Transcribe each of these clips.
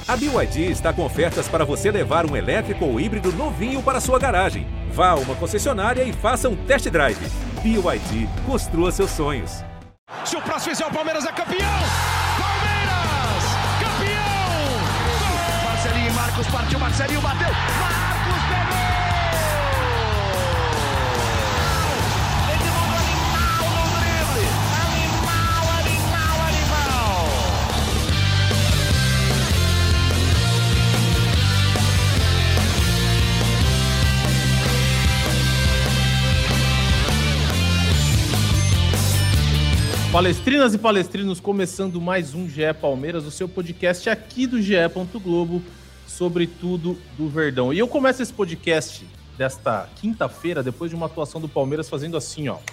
A BYD está com ofertas para você levar um elétrico ou híbrido novinho para sua garagem. Vá a uma concessionária e faça um test drive. BYD, construa seus sonhos. Se o próximo fizer, o Palmeiras é campeão! Palmeiras! Campeão! Marcelinho e Marcos partiu, Marcelinho bateu! Marcos pegou! Palestrinas e palestrinos, começando mais um GE Palmeiras, o seu podcast aqui do GE. Globo, sobre tudo do Verdão. E eu começo esse podcast desta quinta-feira, depois de uma atuação do Palmeiras, fazendo assim, ó.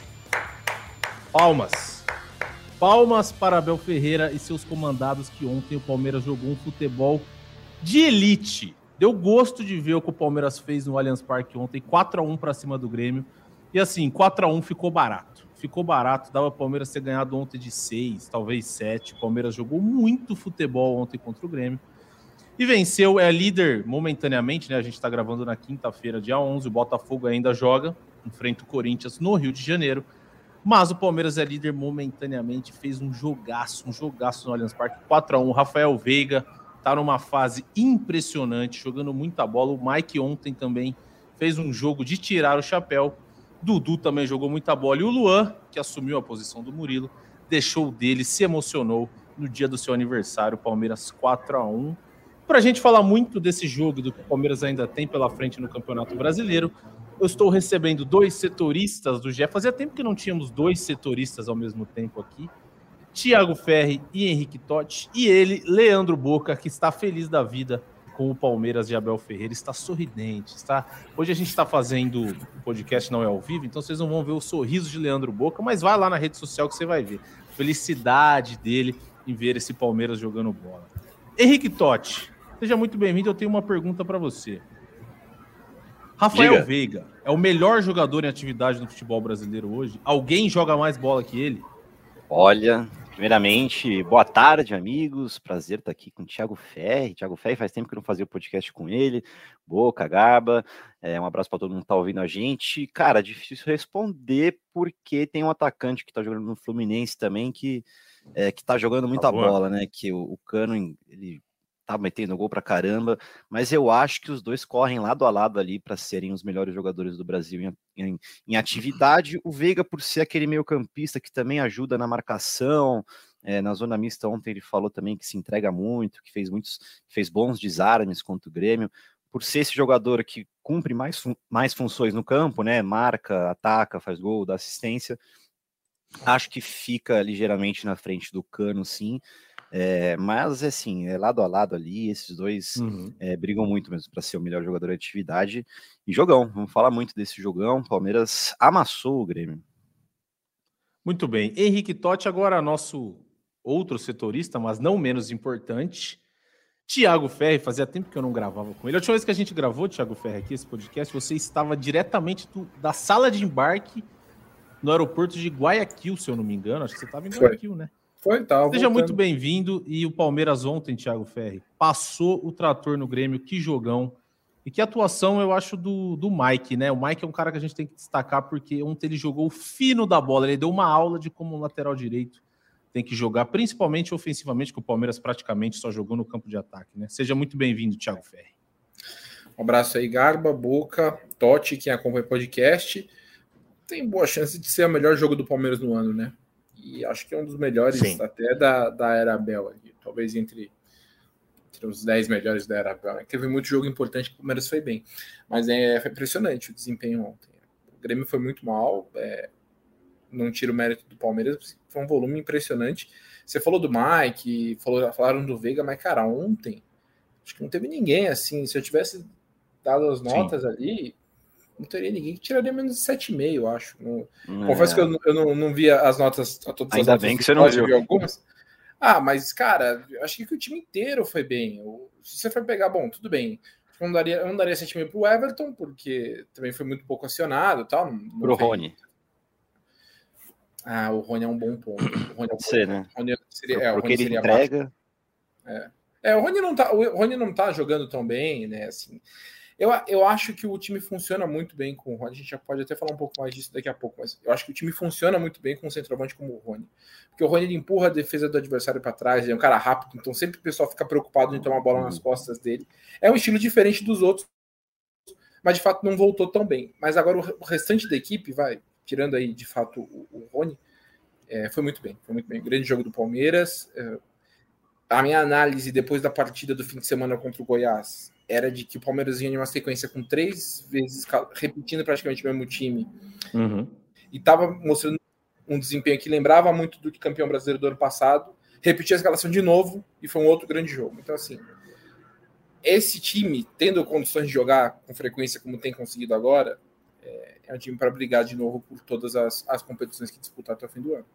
Palmas. Palmas para Abel Ferreira e seus comandados, que ontem o Palmeiras jogou um futebol de elite. Deu gosto de ver o que o Palmeiras fez no Allianz Parque ontem, 4-1 para cima do Grêmio. E assim, 4-1 ficou barato. Ficou barato, dava o Palmeiras ter ganhado ontem de 6, talvez 7. O Palmeiras jogou muito futebol ontem contra o Grêmio. E venceu, é líder momentaneamente, né? A gente está gravando na quinta-feira, dia 11. O Botafogo ainda joga, enfrenta o Corinthians no Rio de Janeiro. Mas o Palmeiras é líder momentaneamente, fez um jogaço no Allianz Parque, 4-1. Rafael Veiga tá numa fase impressionante, jogando muita bola. O Mike ontem também fez um jogo de tirar o chapéu. Dudu também jogou muita bola. E o Luan, que assumiu a posição do Murilo, deixou o dele, se emocionou no dia do seu aniversário, Palmeiras 4-1. Para a gente falar muito desse jogo e do que o Palmeiras ainda tem pela frente no Campeonato Brasileiro, eu estou recebendo dois setoristas do GE. Fazia tempo que não tínhamos dois setoristas ao mesmo tempo aqui. Thiago Ferri e Henrique Totti. E ele, Leandro Boca, que está feliz da vida com o Palmeiras de Abel Ferreira, está sorridente, está... Hoje a gente está fazendo o podcast, não é ao vivo, então vocês não vão ver o sorriso de Leandro Boca, mas vai lá na rede social que você vai ver. Felicidade dele em ver esse Palmeiras jogando bola. Henrique Totti, seja muito bem-vindo, eu tenho uma pergunta para você. Rafael Veiga é o melhor jogador em atividade no futebol brasileiro hoje? Alguém joga mais bola que ele? Olha... Primeiramente, boa tarde, amigos. Prazer estar aqui com o Thiago Ferri. Thiago Ferri, faz tempo que eu não fazia o podcast com ele. Boca, Garba. Um abraço para todo mundo que está ouvindo a gente. Cara, difícil responder porque tem um atacante que está jogando no Fluminense também que está jogando muita bola, né? Que o Cano, ele tá metendo gol pra caramba, mas eu acho que os dois correm lado a lado ali para serem os melhores jogadores do Brasil em atividade. O Veiga, por ser aquele meio-campista que também ajuda na marcação, na zona mista ontem ele falou também que se entrega muito, que fez bons desarmes contra o Grêmio, por ser esse jogador que cumpre mais funções no campo, né? Marca, ataca, faz gol, dá assistência. Acho que fica ligeiramente na frente do Cano, sim. Mas assim, lado a lado ali, esses dois brigam muito mesmo para ser o melhor jogador de atividade. E jogão, vamos falar muito desse jogão. Palmeiras amassou o Grêmio. Muito bem, Henrique Totti, agora nosso outro setorista, mas não menos importante, Thiago Ferri. Fazia tempo que eu não gravava com ele. A última vez que a gente gravou, Thiago Ferri, aqui esse podcast, você estava diretamente da sala de embarque no aeroporto de Guayaquil, se eu não me engano. Acho que você estava em Guayaquil, né? Tá, seja muito bem-vindo. E o Palmeiras ontem, Thiago Ferri, passou o trator no Grêmio. Que jogão. E que atuação, eu acho, do Mike, né? O Mike é um cara que a gente tem que destacar porque ontem ele jogou o fino da bola. Ele deu uma aula de como um lateral direito tem que jogar, principalmente ofensivamente, que o Palmeiras praticamente só jogou no campo de ataque, né? Seja muito bem-vindo, Thiago Ferri. Um abraço aí, Garba, Boca, Totti, quem acompanha o podcast. Tem boa chance de ser o melhor jogo do Palmeiras no ano, né? E acho que é um dos melhores, sim, até da era Abel ali. Talvez entre os 10 melhores da era Abel. Teve muito jogo importante que o Palmeiras foi bem. Mas foi impressionante o desempenho ontem. O Grêmio foi muito mal. Não tira o mérito do Palmeiras. Foi um volume impressionante. Você falou do Mike, falaram do Veiga, mas, cara, ontem acho que não teve ninguém assim. Se eu tivesse dado as notas, sim, ali, não teria ninguém que tiraria menos de 7,5, eu acho. Confesso que eu não vi as notas, todas ainda as notas. Bem que você não viu algumas. Mas, cara, acho que o time inteiro foi bem. Se você for pegar, bom, tudo bem. Eu não daria 7,5 pro Everton, porque também foi muito pouco acionado e tal. Pro Rony. O Rony é um bom ponto. O Rony Pode ser, né? O Rony seria, porque ele entrega. O Rony não tá jogando tão bem, né? Assim, eu acho que o time funciona muito bem com o Rony. A gente já pode até falar um pouco mais disso daqui a pouco, mas eu acho que o time funciona muito bem com um centroavante como o Rony. Porque o Rony ele empurra a defesa do adversário para trás, ele é um cara rápido, então sempre o pessoal fica preocupado em tomar a bola nas costas dele. É um estilo diferente dos outros, mas de fato não voltou tão bem. Mas agora o restante da equipe, tirando aí de fato o Rony, foi muito bem. Foi muito bem. Grande jogo do Palmeiras. A minha análise depois da partida do fim de semana contra o Goiás era de que o Palmeiras vinha em uma sequência com 3 vezes repetindo praticamente o mesmo time. E estava mostrando um desempenho que lembrava muito do que campeão brasileiro do ano passado. Repetiu a escalação de novo e foi um outro grande jogo. Então, assim, esse time, tendo condições de jogar com frequência como tem conseguido agora, é um time para brigar de novo por todas as competições que disputar até o fim do ano.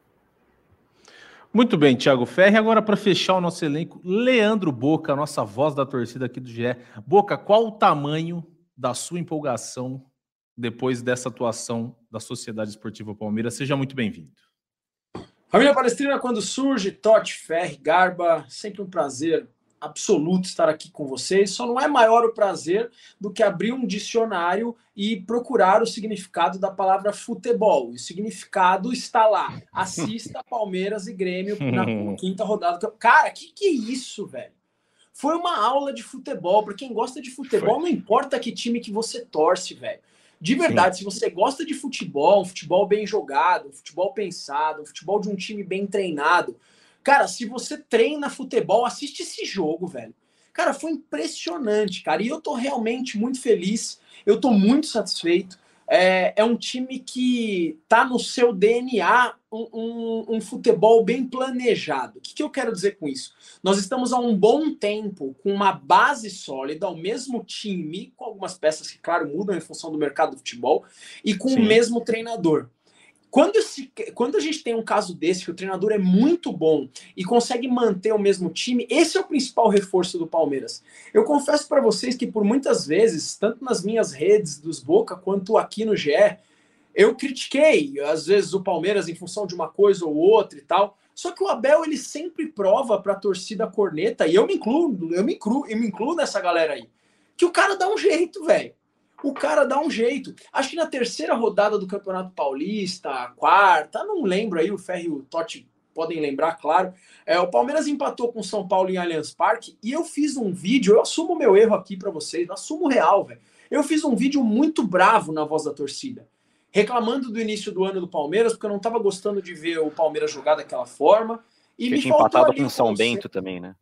Muito bem, Thiago Ferri. Agora, para fechar o nosso elenco, Leandro Boca, a nossa voz da torcida aqui do GE. Boca, qual o tamanho da sua empolgação depois dessa atuação da Sociedade Esportiva Palmeiras? Seja muito bem-vindo. Família Palestrina, quando surge, Totti, Ferri, Garba, sempre um prazer absoluto estar aqui com vocês. Só não é maior o prazer do que abrir um dicionário e procurar o significado da palavra futebol. O significado está lá. Assista Palmeiras e Grêmio na 5ª rodada. Cara, que é isso, velho? Foi uma aula de futebol. Para quem gosta de futebol, não importa que time que você torce, velho. De verdade, se você gosta de futebol, um futebol bem jogado, um futebol pensado, um futebol de um time bem treinado, cara, se você treina futebol, assiste esse jogo, velho. Cara, foi impressionante, cara. E eu tô realmente muito feliz. Eu tô muito satisfeito. É um time que tá no seu DNA um futebol bem planejado. O que eu quero dizer com isso? Nós estamos há um bom tempo com uma base sólida, o mesmo time, com algumas peças que, claro, mudam em função do mercado do futebol, e com o mesmo treinador. Quando a gente tem um caso desse, que o treinador é muito bom e consegue manter o mesmo time, esse é o principal reforço do Palmeiras. Eu confesso para vocês que por muitas vezes, tanto nas minhas redes dos Boca, quanto aqui no GE, eu critiquei, às vezes, o Palmeiras em função de uma coisa ou outra e tal. Só que o Abel, ele sempre prova para a torcida corneta, e eu me incluo nessa galera aí, que o cara dá um jeito, velho. O cara dá um jeito. Acho que na 3ª rodada do Campeonato Paulista, 4ª, não lembro aí, o Ferri e o Totti podem lembrar, claro. O Palmeiras empatou com o São Paulo em Allianz Parque e eu fiz um vídeo, eu assumo o meu erro aqui pra vocês, assumo real, velho. Eu fiz um vídeo muito bravo na voz da torcida, reclamando do início do ano do Palmeiras, porque eu não tava gostando de ver o Palmeiras jogar daquela forma. E me tinha empatado com o São Bento também, né?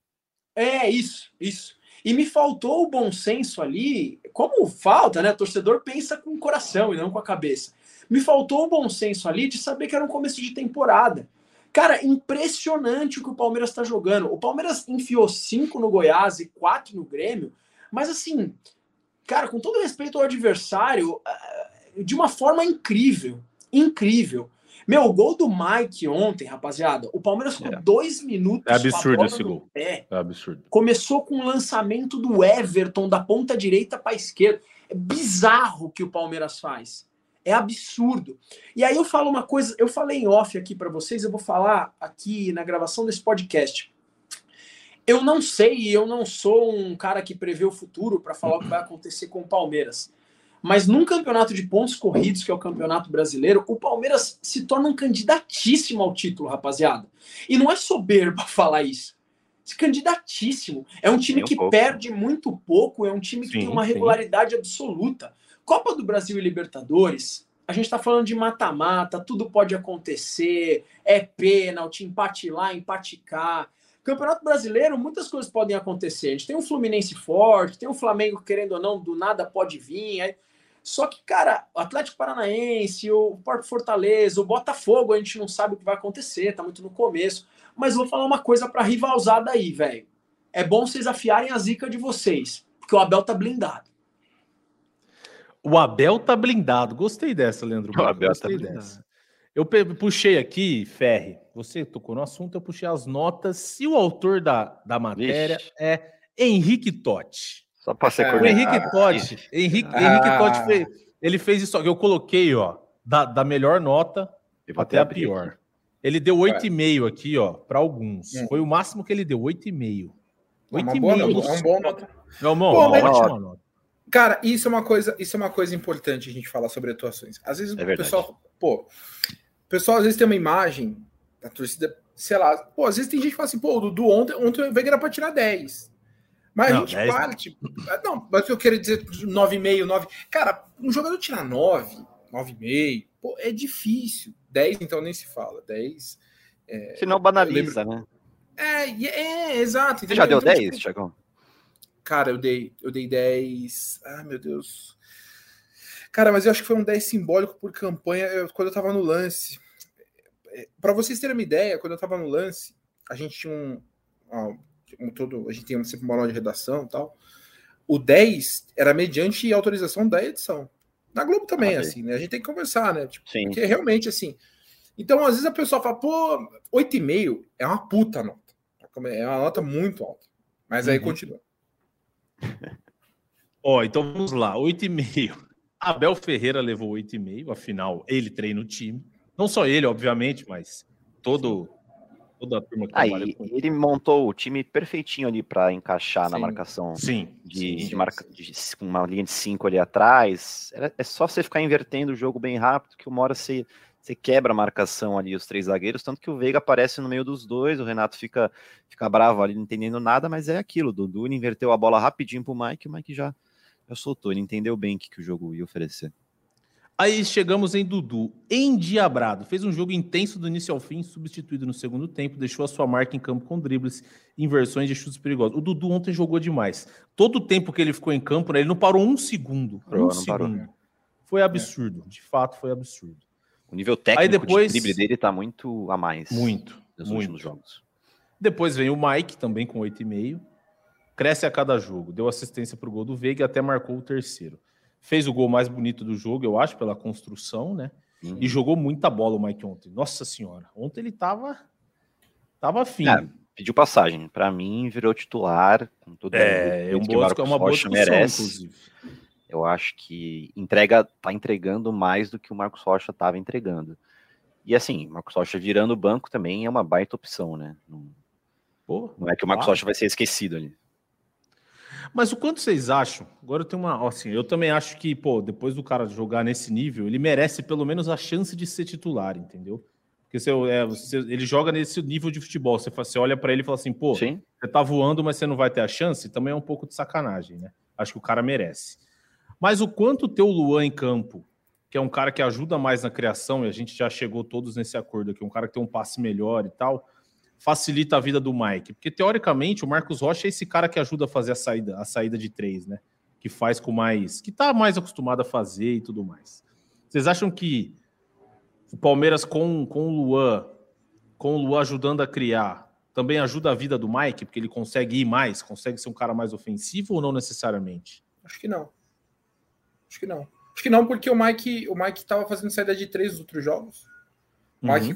Isso. E me faltou o bom senso ali, como falta, né? O torcedor pensa com o coração e não com a cabeça. Me faltou o bom senso ali de saber que era um começo de temporada. Cara, impressionante o que o Palmeiras está jogando. O Palmeiras enfiou 5 no Goiás e 4 no Grêmio, mas assim, cara, com todo respeito ao adversário, de uma forma incrível. Meu, o gol do Mike ontem, rapaziada, o Palmeiras ficou 2 minutos. É absurdo esse gol. É absurdo. Começou com o lançamento do Everton da ponta direita para a esquerda. É bizarro o que o Palmeiras faz. É absurdo. E aí eu falo uma coisa, eu falei em off aqui para vocês, eu vou falar aqui na gravação desse podcast. Eu não sei, eu não sou um cara que prevê o futuro para falar o que vai acontecer com o Palmeiras. Mas num campeonato de pontos corridos, que é o Campeonato Brasileiro, o Palmeiras se torna um candidatíssimo ao título, rapaziada. E não é soberba falar isso. É candidatíssimo. É um time que perde muito pouco, é um time que tem uma regularidade absoluta. Copa do Brasil e Libertadores, a gente tá falando de mata-mata, tudo pode acontecer, é pênalti, empate lá, empate cá. Campeonato Brasileiro, muitas coisas podem acontecer. A gente tem um Fluminense forte, tem um Flamengo, querendo ou não, do nada pode vir. Aí... Só que, cara, o Atlético Paranaense, o Porto Fortaleza, o Botafogo, a gente não sabe o que vai acontecer, tá muito no começo. Mas vou falar uma coisa pra rivalzada aí, velho. É bom vocês afiarem a zica de vocês, porque o Abel tá blindado. O Abel tá blindado. Gostei dessa, Leandro. O Abel Gostei tá dessa. Eu puxei aqui, Ferri, você tocou no assunto, eu puxei as notas. E o autor da matéria é Henrique Totti. Só para ser o Henrique Totti. Henrique Totti ele fez isso. Eu coloquei, ó, da melhor nota até a pior. Ele deu 8,5 aqui, ó, para alguns. Foi o máximo que ele deu, 8,5. É uma boa nota. É um bom nota. É uma ótima nota. Cara, isso é uma coisa importante a gente falar sobre atuações. Às vezes o pessoal às vezes tem uma imagem da torcida, sei lá, às vezes tem gente que fala assim, o Dudu ontem o Veiga era pra tirar 10. Mas não, a gente 10... parte. Não, mas eu quero dizer 9,5, 9. Cara, um jogador tirar 9, 9,5, é difícil. 10, então nem se fala. 10. Senão banaliza, né? Exato. Você já deu 10, Thiagão? Cara, eu dei 10. Ah, meu Deus. Cara, mas eu acho que foi um 10 simbólico por campanha quando eu tava no lance. Para vocês terem uma ideia, quando eu tava no lance, a gente tinha a gente tem sempre uma aula de redação e tal. O 10 era mediante autorização da edição. Na Globo também, assim, né? A gente tem que conversar, né? Tipo, porque realmente, assim. Então, às vezes a pessoa fala, 8,5 é uma puta nota. É uma nota muito alta. Mas aí continua. Então vamos lá, 8,5. Abel Ferreira levou 8,5, afinal, ele treina o time. Não só ele, obviamente, mas toda a turma que trabalha com ele montou o time perfeitinho ali para encaixar na marcação com uma linha de 5 ali atrás. É só você ficar invertendo o jogo bem rápido, que uma hora você quebra a marcação ali, os 3 zagueiros, tanto que o Veiga aparece no meio dos dois, o Renato fica bravo ali, não entendendo nada, mas é aquilo, o Dudu inverteu a bola rapidinho pro Mike, o Mike já soltou, ele entendeu bem o que o jogo ia oferecer. Aí chegamos em Dudu, endiabrado, fez um jogo intenso do início ao fim, substituído no segundo tempo, deixou a sua marca em campo com dribles, inversões de chutes perigosos. O Dudu ontem jogou demais. Todo o tempo que ele ficou em campo, né, ele não parou um segundo. Parou. Foi absurdo, de fato foi absurdo. O nível técnico de drible dele tá muito a mais. Muito. Últimos jogos. Depois vem o Mike, também com 8,5. Cresce a cada jogo. Deu assistência pro gol do Veiga e até marcou o terceiro. Fez o gol mais bonito do jogo, eu acho, pela construção, né? E jogou muita bola o Mike ontem. Nossa senhora. Ontem ele tava fino. Pediu passagem. Para mim, virou titular. Com todo uma boa discussão, merece. Inclusive. Eu acho que tá entregando mais do que o Marcos Rocha estava entregando. E assim, o Marcos Rocha virando o banco também é uma baita opção, né? Não é que o Marcos Rocha vai ser esquecido ali. Mas o quanto vocês acham? Agora eu tenho eu também acho que, depois do cara jogar nesse nível, ele merece pelo menos a chance de ser titular, entendeu? Porque ele joga nesse nível de futebol. Você olha para ele e fala assim, você tá voando, mas você não vai ter a chance? Também é um pouco de sacanagem, né? Acho que o cara merece. Mas o quanto ter o Luan em campo, que é um cara que ajuda mais na criação, e a gente já chegou todos nesse acordo aqui, um cara que tem um passe melhor e tal, facilita a vida do Mike. Porque, teoricamente, o Marcos Rocha é esse cara que ajuda a fazer a saída de 3, né? Que faz que tá mais acostumado a fazer e tudo mais. Vocês acham que o Palmeiras com o Luan ajudando a criar, também ajuda a vida do Mike? Porque ele consegue ir mais, consegue ser um cara mais ofensivo ou não necessariamente? Acho que não. Acho que não, porque o Mike tava fazendo saída de 3 nos outros jogos. O Mike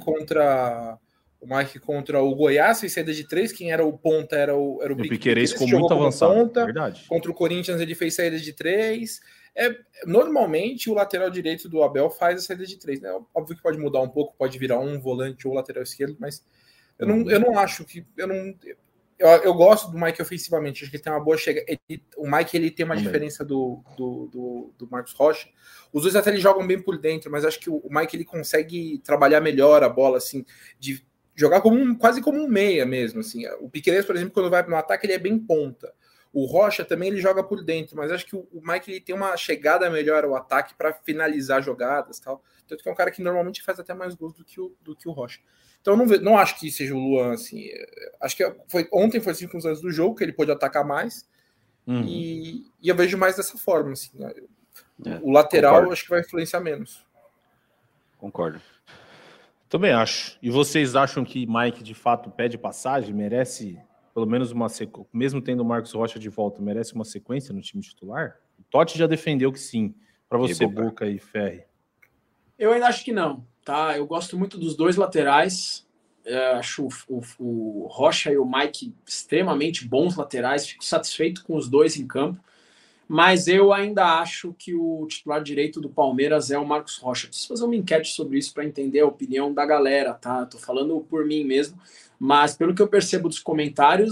contra o Goiás fez saída de 3, quem era o ponta era o Piquerez ficou muito avançado, ponta. Verdade. Contra o Corinthians ele fez saída de 3. Normalmente o lateral direito do Abel faz a saída de 3, né? Óbvio que pode mudar um pouco, pode virar um volante ou lateral esquerdo, mas eu não acho que... Eu gosto do Mike ofensivamente, acho que ele tem uma boa chega. O Mike ele tem uma diferença do Marcos Rocha. Os dois até eles jogam bem por dentro, mas acho que o Mike ele consegue trabalhar melhor a bola, assim, de jogar quase como um meia mesmo. Assim. O Piquerez, por exemplo, quando vai no ataque, ele é bem ponta. O Rocha também ele joga por dentro, mas acho que o Mike ele tem uma chegada melhor ao ataque para finalizar jogadas, tal. Tanto que é um cara que normalmente faz até mais gols do que o Rocha. Então não acho que seja o Luan assim. Acho que ontem foi 5 anos do jogo que ele pôde atacar mais e eu vejo mais dessa forma. Assim, né? O lateral concordo. Acho que vai influenciar menos. Concordo. Também acho. E vocês acham que Mike de fato pede passagem? Merece pelo menos uma sequência, mesmo tendo o Marcos Rocha de volta, merece uma sequência no time titular? O Totti já defendeu que sim. Para você, Boca e Ferri. Eu ainda acho que não. Tá? Eu gosto muito dos dois laterais. Acho o Rocha e o Mike extremamente bons laterais. Fico satisfeito com os dois em campo. Mas eu ainda acho que o titular direito do Palmeiras é o Marcos Rocha. Preciso fazer uma enquete sobre isso para entender a opinião da galera, tá? Tô falando por mim mesmo. Mas pelo que eu percebo dos comentários,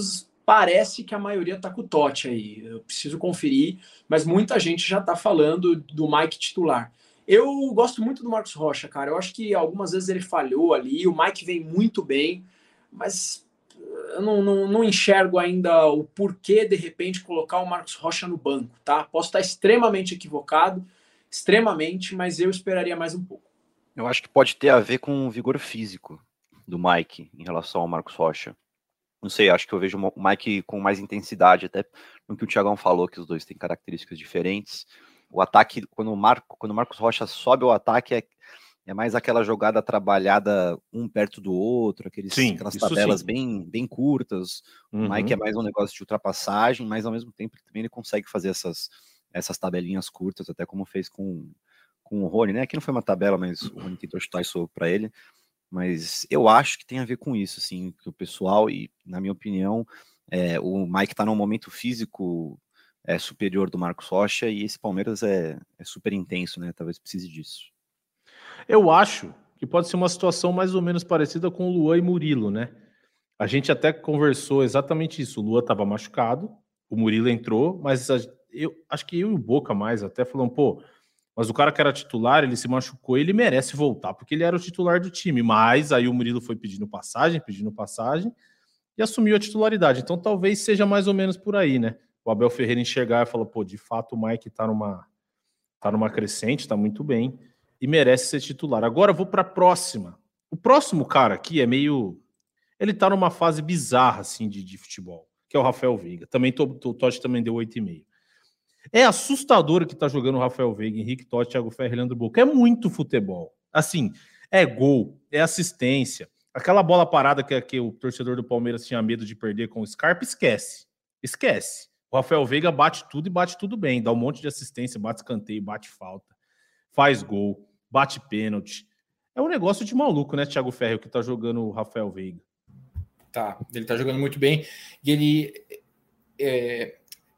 parece que a maioria tá com o Totti aí. Eu preciso conferir, mas muita gente já tá falando do Mike titular. Eu gosto muito do Marcos Rocha, cara. Eu acho que algumas vezes ele falhou ali, o Mike vem muito bem, mas eu não enxergo ainda o porquê, de repente, colocar o Marcos Rocha no banco, tá? Posso estar extremamente equivocado, extremamente, mas eu esperaria mais um pouco. Eu acho que pode ter a ver com o vigor físico do Mike em relação ao Marcos Rocha. Não sei, acho que eu vejo o Mike com mais intensidade, até no que o Thiagão falou, que os dois têm características diferentes. O ataque, quando o Marcos Rocha sobe o ataque, é mais aquela jogada trabalhada um perto do outro, aquelas tabelas bem curtas. O Mike é mais um negócio de ultrapassagem, mas ao mesmo tempo também ele consegue fazer essas tabelinhas curtas, até como fez com o Rony, né? Aqui não foi uma tabela, mas o Rony tentou chutar isso para ele. Mas eu acho que tem a ver com isso, assim, que o pessoal, e na minha opinião, o Mike tá num momento físico superior do Marcos Rocha, e esse Palmeiras é super intenso, né? Talvez precise disso. Eu acho que pode ser uma situação mais ou menos parecida com o Luan e Murilo, né? A gente até conversou exatamente isso. O Luan estava machucado, o Murilo entrou, mas eu acho que eu e o Boca mais até falamos, pô, mas o cara que era titular, ele se machucou, ele merece voltar, porque ele era o titular do time. Mas aí o Murilo foi pedindo passagem, e assumiu a titularidade. Então talvez seja mais ou menos por aí, né? O Abel Ferreira enxergar e falar, pô, de fato o Mike tá numa crescente, tá muito bem, e merece ser titular. Agora eu vou para a próxima. O próximo cara aqui é meio... Ele tá numa fase bizarra, assim, de futebol, que é o Rafael Veiga. Também o Totti também deu 8,5. É assustador que tá jogando o Rafael Veiga, Henrique Totti, Thiago Ferri, Leandro Boca. É muito futebol. Assim, é gol, é assistência. Aquela bola parada que o torcedor do Palmeiras tinha medo de perder com o Scarpa, esquece. O Rafael Veiga bate tudo e bate tudo bem. Dá um monte de assistência, bate escanteio, bate falta, faz gol, bate pênalti. É um negócio de maluco, né, Thiago Ferri, o que tá jogando o Rafael Veiga. Tá, ele tá jogando muito bem. E ele...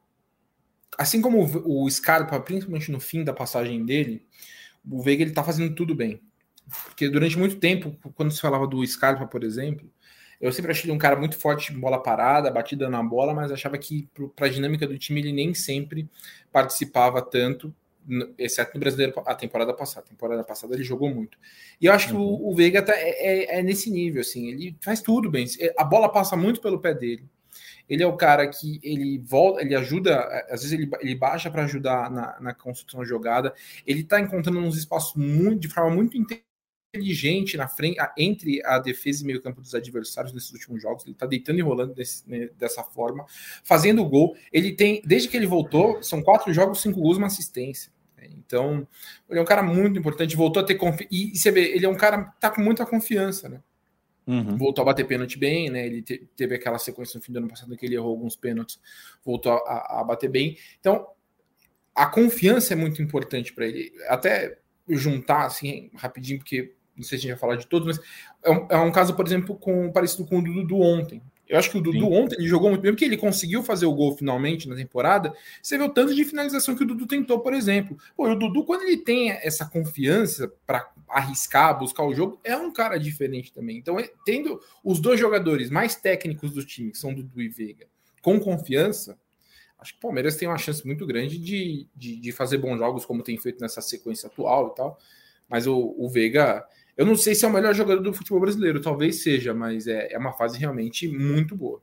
Assim como o Scarpa, principalmente no fim da passagem dele, o Veiga ele tá fazendo tudo bem. Porque durante muito tempo, quando se falava do Scarpa, por exemplo, eu sempre achei ele um cara muito forte em bola parada, batida na bola, mas achava que para a dinâmica do time ele nem sempre participava tanto, exceto no Brasileiro a temporada passada. A temporada passada ele jogou muito. E eu acho que o Veiga é nesse nível, assim, ele faz tudo bem. A bola passa muito pelo pé dele. Ele é o cara que ele volta, ele ajuda, às vezes ele baixa para ajudar na construção da jogada. Ele está encontrando uns espaços de forma muito inteligente na frente, entre a defesa e meio campo dos adversários nesses últimos jogos. Ele está deitando e rolando dessa forma, fazendo o gol. Ele tem, desde que ele voltou, são 4 jogos, 5 gols, uma assistência. Então, ele é um cara muito importante, voltou a ter confiança. E você vê, ele é um cara que está com muita confiança, né? Voltou a bater pênalti bem, né? Ele teve aquela sequência no fim do ano passado que ele errou alguns pênaltis, voltou a bater bem. Então, a confiança é muito importante para ele. Até juntar, assim, rapidinho, porque não sei se a gente vai falar de todos, mas é um caso, por exemplo, parecido com o Dudu ontem. Eu acho que o Dudu ontem ele jogou muito bem, porque ele conseguiu fazer o gol finalmente na temporada. Você vê o tanto de finalização que o Dudu tentou, por exemplo. Pô, o Dudu, quando ele tem essa confiança para arriscar, buscar o jogo, é um cara diferente também. Então, tendo os dois jogadores mais técnicos do time, que são Dudu e Veiga, com confiança, acho que o Palmeiras tem uma chance muito grande de fazer bons jogos, como tem feito nessa sequência atual e tal. Mas o Veiga... Eu não sei se é o melhor jogador do futebol brasileiro, talvez seja, mas é uma fase realmente muito boa.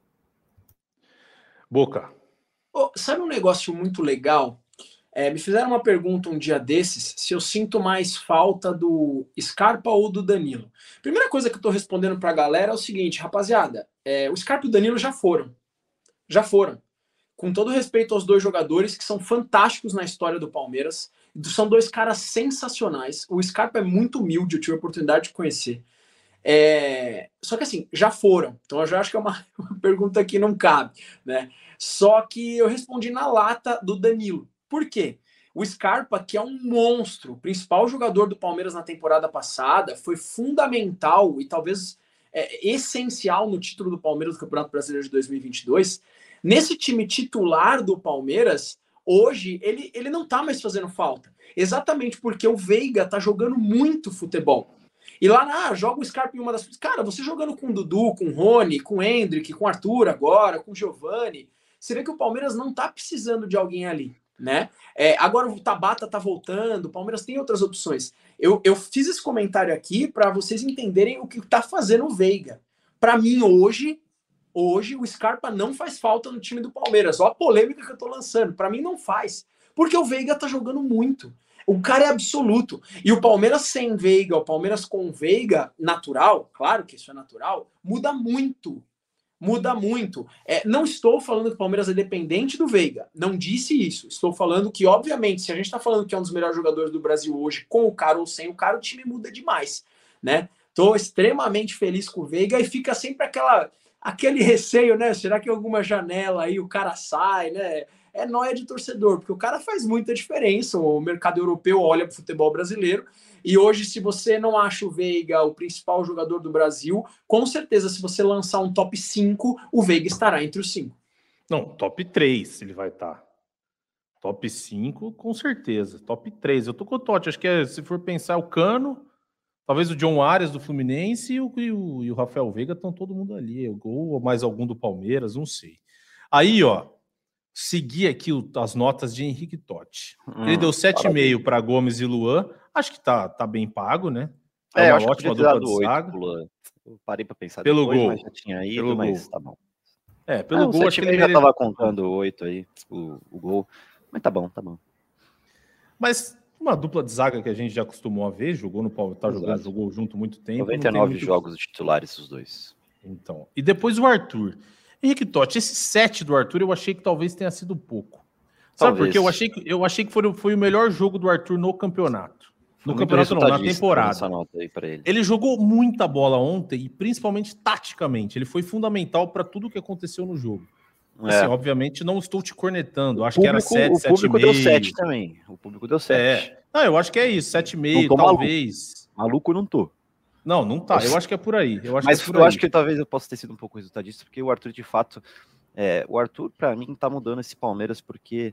Boca. Sabe um negócio muito legal? Me fizeram uma pergunta um dia desses, se eu sinto mais falta do Scarpa ou do Danilo. Primeira coisa que eu tô respondendo pra galera é o seguinte, rapaziada, o Scarpa e o Danilo já foram. Com todo respeito aos dois jogadores que são fantásticos na história do Palmeiras, são dois caras sensacionais. O Scarpa é muito humilde, eu tive a oportunidade de conhecer. Só que assim, já foram. Então eu já acho que é uma pergunta que não cabe, né? Só que eu respondi na lata do Danilo. Por quê? O Scarpa, que é um monstro, o principal jogador do Palmeiras na temporada passada, foi fundamental e talvez essencial no título do Palmeiras do Campeonato Brasileiro de 2022. Nesse time titular do Palmeiras, hoje, ele não tá mais fazendo falta. Exatamente porque o Veiga tá jogando muito futebol. E lá, joga o Scarpa em uma das... Cara, você jogando com o Dudu, com o Rony, com o Endrick, com o Arthur agora, com o Giovani, você vê que o Palmeiras não tá precisando de alguém ali, né? Agora o Tabata tá voltando, o Palmeiras tem outras opções. Eu fiz esse comentário aqui para vocês entenderem o que tá fazendo o Veiga. Para mim, hoje o Scarpa não faz falta no time do Palmeiras. Olha a polêmica que eu tô lançando. Para mim, não faz. Porque o Veiga tá jogando muito. O cara é absoluto. E o Palmeiras sem Veiga, o Palmeiras com Veiga, natural, claro que isso é natural, muda muito. Muda muito. Não estou falando que o Palmeiras é dependente do Veiga. Não disse isso. Estou falando que, obviamente, se a gente está falando que é um dos melhores jogadores do Brasil hoje, com o cara ou sem o cara, o time muda demais, né? Estou extremamente feliz com o Veiga e fica sempre aquele receio, né? Será que em alguma janela aí o cara sai, né? É nóia de torcedor, porque o cara faz muita diferença. O mercado europeu olha para o futebol brasileiro. E hoje, se você não acha o Veiga o principal jogador do Brasil, com certeza, se você lançar um top 5, o Veiga estará entre os 5. Não, top 3 ele vai estar. Top 5, com certeza. Top 3. Eu tô com o Totti. Acho que se for pensar o Cano, talvez o John Arias do Fluminense e o Rafael Veiga estão todo mundo ali. Ou mais algum do Palmeiras, não sei. Aí, ó, seguir aqui as notas de Henrique Totti. Ele deu 7,5 para Gomes e Luan. Acho que tá bem pago, né? É uma ótima dupla de zaga. Eu parei para pensar pelo depois, gol. Mas já tinha ido, mas gol. Tá bom. Pelo gol, acho que ele já tava contando 8 aí, o gol. Mas tá bom. Mas uma dupla de zaga que a gente já acostumou a ver, jogou no Palmeiras, jogou junto muito tempo. 99 jogos de titulares, os dois. Então, e depois o Arthur. Henrique Totti, esse 7 do Arthur eu achei que talvez tenha sido pouco. Sabe por quê? Eu achei que foi o melhor jogo do Arthur no campeonato. No campeonato não, na temporada. Nota aí pra ele. Ele jogou muita bola ontem e principalmente taticamente. Ele foi fundamental para tudo que aconteceu no jogo. Assim, obviamente não estou te cornetando. Acho que era 7, 7,5. O público deu 7 também. O público deu 7. Não, eu acho que é isso, 7,5 talvez. Maluco não tô. Não tá. Eu acho que é por aí. Acho que talvez eu possa ter sido um pouco resultadista, porque o Arthur, de fato... o Arthur, para mim, tá mudando esse Palmeiras, porque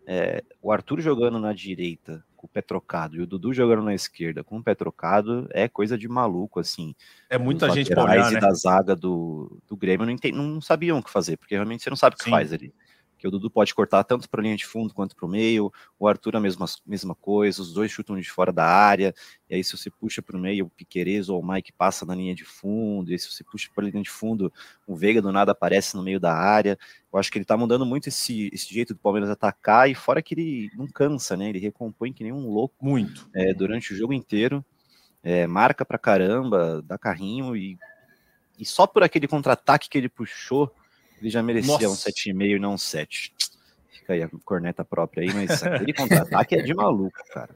o Arthur jogando na direita com o pé trocado e o Dudu jogando na esquerda com o pé trocado é coisa de maluco, assim. É muita gente pra olhar, né? Da zaga do Grêmio não sabiam o que fazer, porque realmente você não sabe o que faz ali. Que o Dudu pode cortar tanto para a linha de fundo quanto para o meio, o Arthur a mesma coisa, os dois chutam de fora da área, e aí se você puxa para o meio, o Piquerez ou o Mike passa na linha de fundo, e aí se você puxa para a linha de fundo, o Veiga do nada aparece no meio da área. Eu acho que ele tá mudando muito esse jeito do Palmeiras atacar, e fora que ele não cansa, né? Ele recompõe que nem um louco muito durante o jogo inteiro, marca pra caramba, dá carrinho, e só por aquele contra-ataque que ele puxou, ele já merecia um 7,5 e não um 7. Fica aí a corneta própria aí, mas aquele contra-ataque é de maluco, cara.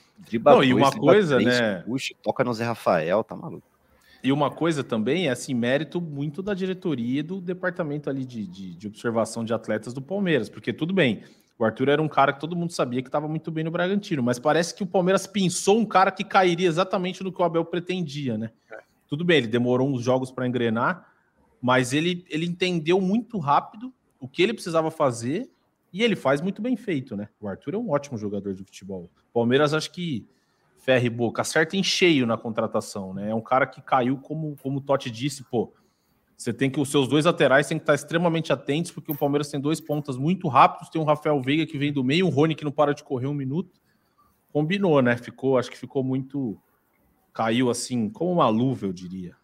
E uma coisa, né? Puxa, toca no Zé Rafael, tá maluco. E uma coisa também é, assim, mérito muito da diretoria e do departamento ali de observação de atletas do Palmeiras, porque tudo bem, o Arthur era um cara que todo mundo sabia que estava muito bem no Bragantino, mas parece que o Palmeiras pensou um cara que cairia exatamente no que o Abel pretendia, né? Tudo bem, ele demorou uns jogos para engrenar, mas ele entendeu muito rápido o que ele precisava fazer e ele faz muito bem feito, né? O Arthur é um ótimo jogador de futebol. O Palmeiras, acho que ferra e boca, acerta em cheio na contratação, né? É um cara que caiu, como o Totti disse, você tem que, os seus dois laterais têm que estar extremamente atentos, porque o Palmeiras tem dois pontas muito rápidos, tem um Rafael Veiga que vem do meio, um Rony que não para de correr 1 minuto. Combinou, né? Acho que ficou muito... Caiu assim, como uma luva, eu diria.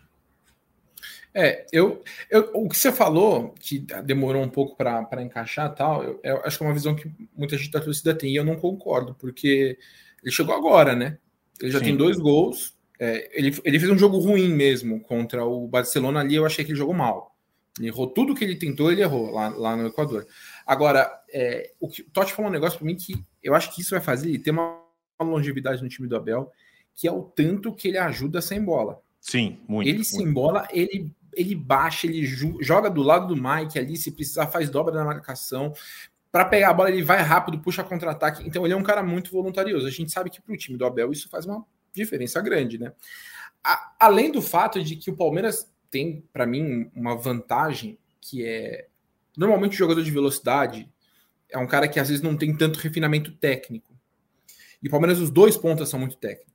O que você falou, que demorou um pouco para encaixar e tal, eu acho que é uma visão que muita gente da torcida tem, e eu não concordo, porque ele chegou agora, né? Ele já tem 2 gols, ele fez um jogo ruim mesmo contra o Barcelona ali, eu achei que ele jogou mal. Ele errou tudo que ele tentou, ele errou lá no Equador. Agora, o Totti falou um negócio para mim que eu acho que isso vai fazer ele ter uma longevidade no time do Abel, que é o tanto que ele ajuda sem bola. Sim, muito. Ele sem bola, ele baixa, ele joga do lado do Mike ali, se precisar faz dobra na marcação. Para pegar a bola, ele vai rápido, puxa contra-ataque. Então ele é um cara muito voluntarioso. A gente sabe que para o time do Abel isso faz uma diferença grande, né? Além do fato de que o Palmeiras tem, para mim, uma vantagem que é... Normalmente o jogador de velocidade é um cara que às vezes não tem tanto refinamento técnico. E o Palmeiras, os 2 pontas são muito técnicos.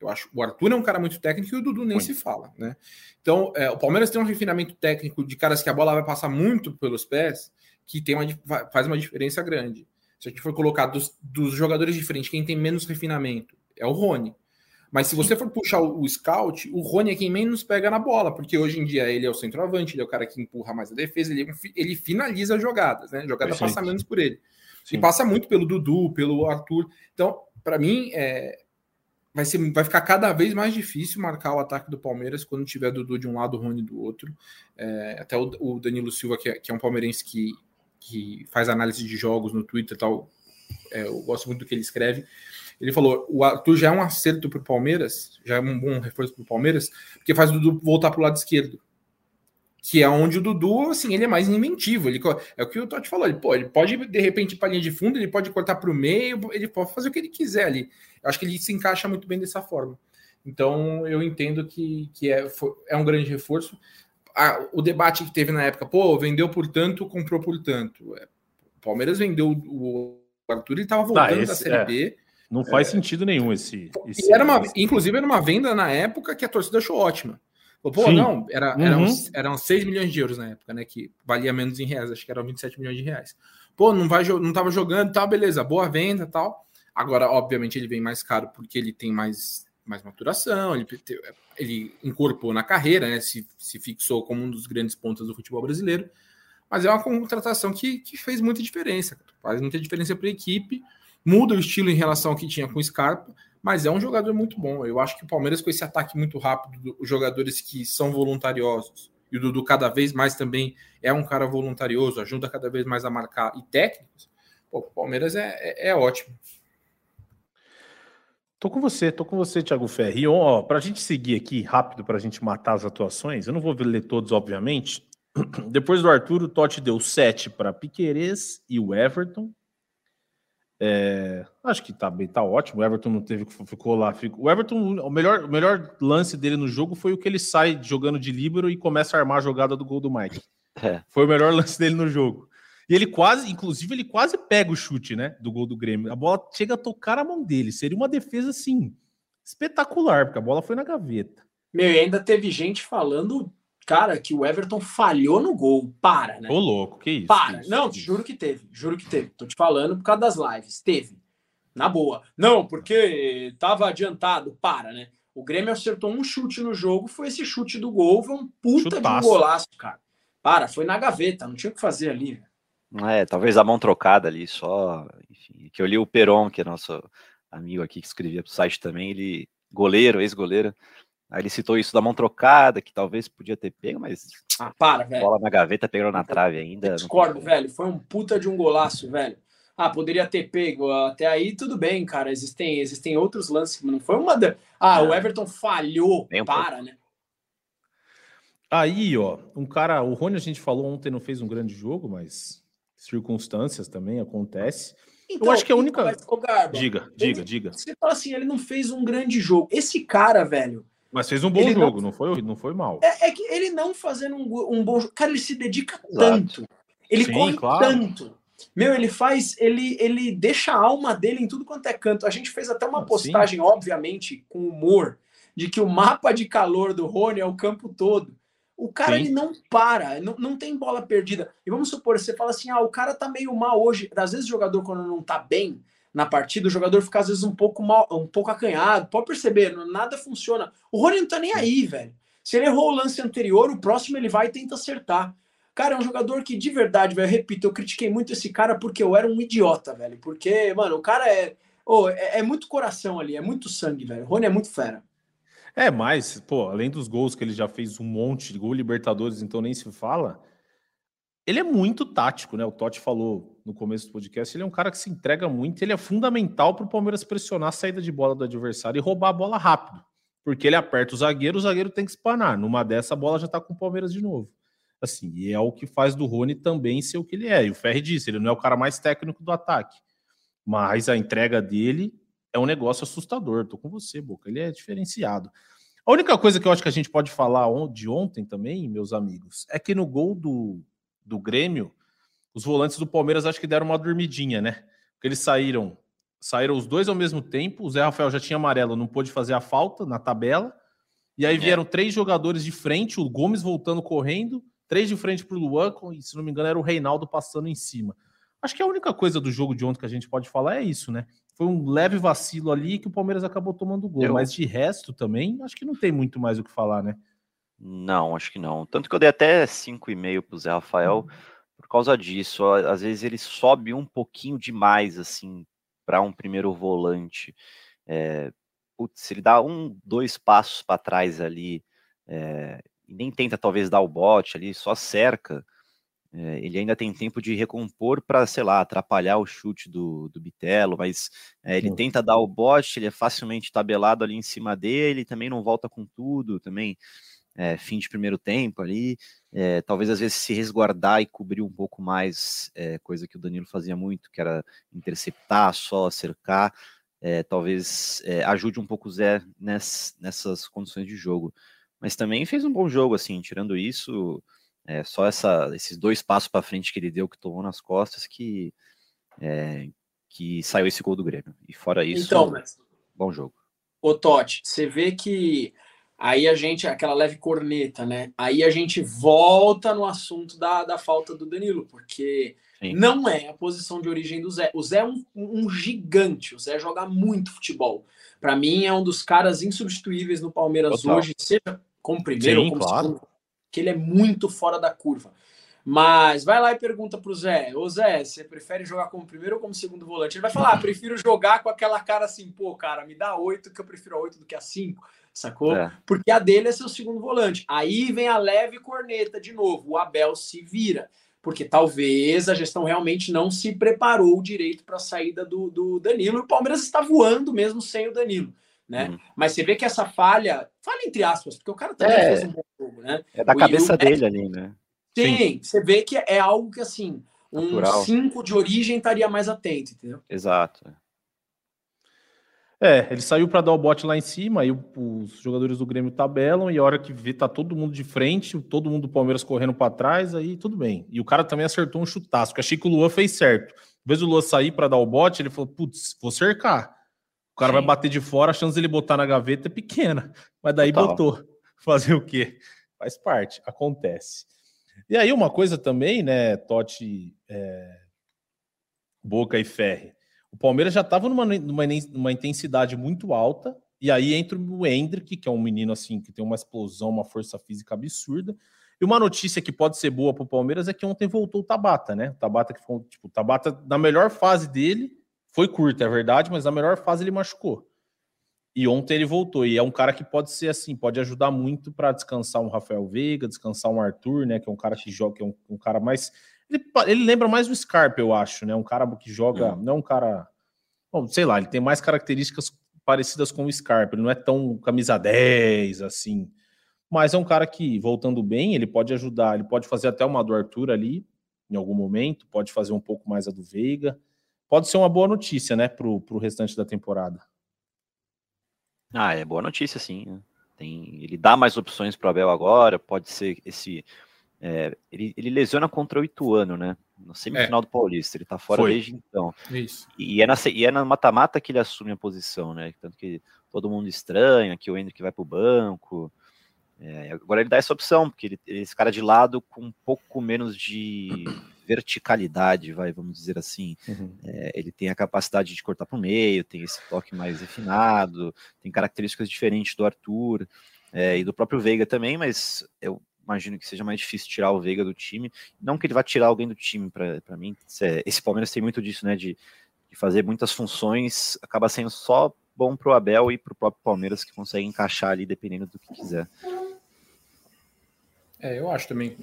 Eu acho o Arthur é um cara muito técnico e o Dudu nem se fala, né? Então, o Palmeiras tem um refinamento técnico de caras que a bola vai passar muito pelos pés, que faz uma diferença grande. Se a gente for colocar dos jogadores de frente, quem tem menos refinamento é o Rony. Mas se você for puxar o scout, o Rony é quem menos pega na bola, porque hoje em dia ele é o centroavante, ele é o cara que empurra mais a defesa, ele finaliza as jogadas, né? A jogada passa menos por ele. Sim. E passa muito pelo Dudu, pelo Arthur. Então, para mim, vai ficar cada vez mais difícil marcar o ataque do Palmeiras quando tiver Dudu de um lado, Rony do outro. Até o Danilo Silva, que é um palmeirense que faz análise de jogos no Twitter e tal, eu gosto muito do que ele escreve. Ele falou, o Arthur já é um acerto para o Palmeiras, já é um bom reforço para o Palmeiras, porque faz o Dudu voltar para o lado esquerdo. Que é onde o Dudu, assim, ele é mais inventivo. É o que o Totti falou. Ele pode, de repente, ir para a linha de fundo, ele pode cortar para o meio, ele pode fazer o que ele quiser ali. Eu acho que ele se encaixa muito bem dessa forma. Então, eu entendo que é um grande reforço. O debate que teve na época, vendeu por tanto, comprou por tanto. O Palmeiras vendeu o Arthur, ele estava voltando da Série B. Não faz sentido nenhum esse inclusive, era uma venda na época que a torcida achou ótima. Eram 6 milhões de euros na época, né? Que valia menos em reais, acho que eram 27 milhões de reais. Não tava jogando, tal, beleza, boa venda, tal. Agora, obviamente, ele vem mais caro porque ele tem mais maturação, ele incorporou na carreira, né? Se fixou como um dos grandes pontas do futebol brasileiro. Mas é uma contratação que fez muita diferença, faz muita diferença para a equipe, muda o estilo em relação ao que tinha com o Scarpa, mas é um jogador muito bom. Eu acho que o Palmeiras, com esse ataque muito rápido, os jogadores que são voluntariosos, e o Dudu cada vez mais também é um cara voluntarioso, ajuda cada vez mais a marcar, e técnicos, o Palmeiras é ótimo. Tô com você, Thiago Ferri. Para a gente seguir aqui rápido, para a gente matar as atuações, eu não vou ler todos, obviamente. Depois do Arthur, o Totti deu 7 para Piquerez e o Everton. Acho que tá ótimo. O Everton não teve, ficou lá. O Everton, o melhor lance dele no jogo foi o que ele sai jogando de líbero e começa a armar a jogada do gol do Mike. Foi o melhor lance dele no jogo. E ele quase pega o chute, né, do gol do Grêmio. A bola chega a tocar a mão dele. Seria uma defesa, assim, espetacular, porque a bola foi na gaveta. E ainda teve gente falando, cara, que o Everton falhou no gol. Para, né? Ô, louco, que isso? Para. Que isso, não, que juro que teve. Tô te falando por causa das lives. Teve. Na boa. Não, porque tava adiantado. Para, né? O Grêmio acertou um chute no jogo, foi esse chute do gol, foi um puta de um golaço, cara. Para, foi na gaveta, não tinha o que fazer ali. Talvez a mão trocada ali só. Enfim, que eu li o Peron, que é nosso amigo aqui que escrevia pro site também, ele, ex-goleiro. Aí ele citou isso da mão trocada, que talvez podia ter pego, mas velho. Bola na gaveta, pegou na trave ainda. Eu discordo, velho. Foi um puta de um golaço, velho. Poderia ter pego. Até aí, tudo bem, cara. Existem outros lances. Não foi uma... o Everton falhou. Né? Aí, o Rony, a gente falou ontem, não fez um grande jogo, mas circunstâncias também acontece. Então, eu acho que a única... Garba, diga. Você fala assim, ele não fez um grande jogo. Esse cara, velho... Mas fez um bom jogo, não foi mal. É que ele não fazendo um bom jogo... Cara, ele se dedica tanto. Ele corre tanto. Ele deixa a alma dele em tudo quanto é canto. A gente fez até uma postagem, obviamente, com humor, de que o mapa de calor do Rony é o campo todo. O cara, ele não para, não tem bola perdida. E vamos supor, você fala assim, o cara tá meio mal hoje. Às vezes o jogador, quando não tá bem na partida, o jogador fica às vezes um pouco acanhado. Pode perceber, nada funciona. O Rony não tá nem aí, velho. Se ele errou o lance anterior, o próximo ele vai e tenta acertar. Cara, é um jogador que, de verdade, velho, eu repito, eu critiquei muito esse cara porque eu era um idiota, velho. Porque, mano, o cara é muito coração ali, é muito sangue, velho. O Rony é muito fera. Mas, além dos gols que ele já fez um monte de gol Libertadores, então nem se fala, ele é muito tático, né? O Totti falou no começo do podcast, ele é um cara que se entrega muito, ele é fundamental para o Palmeiras pressionar a saída de bola do adversário e roubar a bola rápido, porque ele aperta o zagueiro tem que espanar. Numa dessa, a bola já tá com o Palmeiras de novo. Assim, e é o que faz do Rony também ser o que ele é. E o Ferri disse, ele não é o cara mais técnico do ataque, mas a entrega dele é um negócio assustador. Tô com você, Boca. Ele é diferenciado. A única coisa que eu acho que a gente pode falar de ontem também, meus amigos, é que no gol do Grêmio, os volantes do Palmeiras acho que deram uma dormidinha, né? Porque eles saíram saíram os dois ao mesmo tempo, o Zé Rafael já tinha amarelo, não pôde fazer a falta na tabela, e aí vieram 3 jogadores de frente, o Gomes voltando correndo, 3 de frente para o Luan, e se não me engano era o Reinaldo passando em cima. Acho que a única coisa do jogo de ontem que a gente pode falar é isso, né? Foi um leve vacilo ali que o Palmeiras acabou tomando gol, mas de resto também, acho que não tem muito mais o que falar, né? Não, acho que não. Tanto que eu dei até 5,5 pro Zé Rafael por causa disso. Às vezes ele sobe um pouquinho demais, assim, para um primeiro volante. Putz, ele dá 2 passos para trás ali, e nem tenta talvez dar o bote ali, só cerca. Ele ainda tem tempo de recompor para, sei lá, atrapalhar o chute do Bitelo, mas ele tenta dar o bote, ele é facilmente tabelado ali em cima dele, também não volta com tudo, também fim de primeiro tempo ali, talvez às vezes se resguardar e cobrir um pouco mais, coisa que o Danilo fazia muito, que era interceptar, só cercar, talvez ajude um pouco o Zé nessas condições de jogo. Mas também fez um bom jogo, assim, tirando isso, só esses 2 passos para frente que ele deu, que tomou nas costas, que saiu esse gol do Grêmio. E fora isso, então, mas... bom jogo. Ô, Totti, você vê que aí a gente, aquela leve corneta, né? Aí a gente volta no assunto da falta do Danilo, porque não é a posição de origem do Zé. O Zé é um gigante, o Zé joga muito futebol. Para mim, é um dos caras insubstituíveis no Palmeiras hoje, seja como primeiro ou como segundo, que ele é muito fora da curva. Mas vai lá e pergunta pro Zé: ô Zé, você prefere jogar como primeiro ou como segundo volante? Ele vai falar: prefiro jogar com aquela cara assim, pô, cara, me dá 8, que eu prefiro a 8 do que a 5, sacou? Porque a dele é seu segundo volante. Aí vem a leve corneta de novo, o Abel se vira, porque talvez a gestão realmente não se preparou direito para a saída do Danilo, e o Palmeiras está voando mesmo sem o Danilo, né? Mas você vê que essa falha entre aspas, porque o cara também fez um bom jogo, né? É da cabeça dele ali, né? Sim, você vê que é algo que, assim, um 5 de origem estaria mais atento, entendeu? Exato. Ele saiu para dar o bote lá em cima, aí os jogadores do Grêmio tabelam, e a hora que vê, tá todo mundo de frente, todo mundo do Palmeiras correndo para trás, aí tudo bem. E o cara também acertou um chutaço, que achei que o Luan fez certo. Em vez do Luan sair para dar o bote, ele falou, putz, vou cercar. O cara vai bater de fora, a chance dele botar na gaveta é pequena. Mas daí botou. Fazer o quê? Faz parte, acontece. E aí uma coisa também, né, Totti, Boca e Ferri, o Palmeiras já estava numa intensidade muito alta, e aí entra o Endrick, que é um menino assim, que tem uma explosão, uma força física absurda, e uma notícia que pode ser boa para o Palmeiras é que ontem voltou o Tabata, né, o Tabata que ficou, o Tabata na melhor fase dele, foi curta, é verdade, mas na melhor fase ele machucou. E ontem ele voltou, e é um cara que pode ser assim, pode ajudar muito para descansar um Rafael Veiga, descansar um Arthur, né, que é um cara que joga, que é um cara mais... Ele lembra mais do Scarpa, eu acho, né, um cara que joga, não é um cara... Bom, sei lá, ele tem mais características parecidas com o Scarpa, ele não é tão camisa 10, assim, mas é um cara que, voltando bem, ele pode ajudar, ele pode fazer até uma do Arthur ali, em algum momento, pode fazer um pouco mais a do Veiga, pode ser uma boa notícia, né, pro restante da temporada. É boa notícia, sim. Né? Ele dá mais opções para o Abel agora, pode ser esse... ele lesiona contra o Ituano, né? No semifinal do Paulista, ele tá fora desde então. Isso. E é na mata-mata que ele assume a posição, né? Tanto que todo mundo estranha, que o Endrick vai pro banco. Agora ele dá essa opção, porque ele esse cara de lado com um pouco menos de verticalidade, vamos dizer assim. Ele tem a capacidade de cortar para o meio, tem esse toque mais refinado, tem características diferentes do Arthur e do próprio Veiga também, mas eu imagino que seja mais difícil tirar o Veiga do time. Não que ele vá tirar alguém do time, para mim. Esse Palmeiras tem muito disso, né? De fazer muitas funções, acaba sendo só bom pro Abel e pro próprio Palmeiras, que consegue encaixar ali dependendo do que quiser. Eu acho também.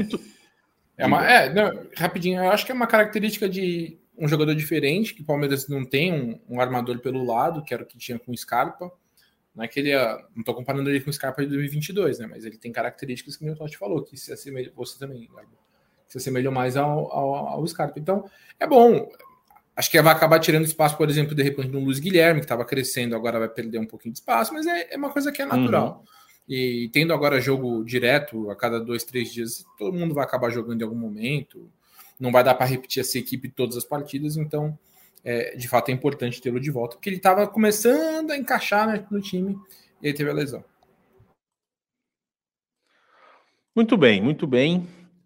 Rapidinho, eu acho que é uma característica de um jogador diferente, que o Palmeiras não tem um armador pelo lado, que era o que tinha com o Scarpa. Não é que ele não estou comparando ele com o Scarpa de 2022, né? Mas ele tem características que o Totti falou, que se assemelha, você também, se assemelham mais ao Scarpa. Então, é bom. Acho que vai acabar tirando espaço, por exemplo, de repente, do Luiz Guilherme, que estava crescendo, agora vai perder um pouquinho de espaço, mas é uma coisa que é natural. E tendo agora jogo direto, a cada 2-3 dias, todo mundo vai acabar jogando em algum momento. Não vai dar para repetir essa equipe todas as partidas, então de fato é importante tê-lo de volta, porque ele estava começando a encaixar, né, no time e aí teve a lesão. Muito bem, muito bem.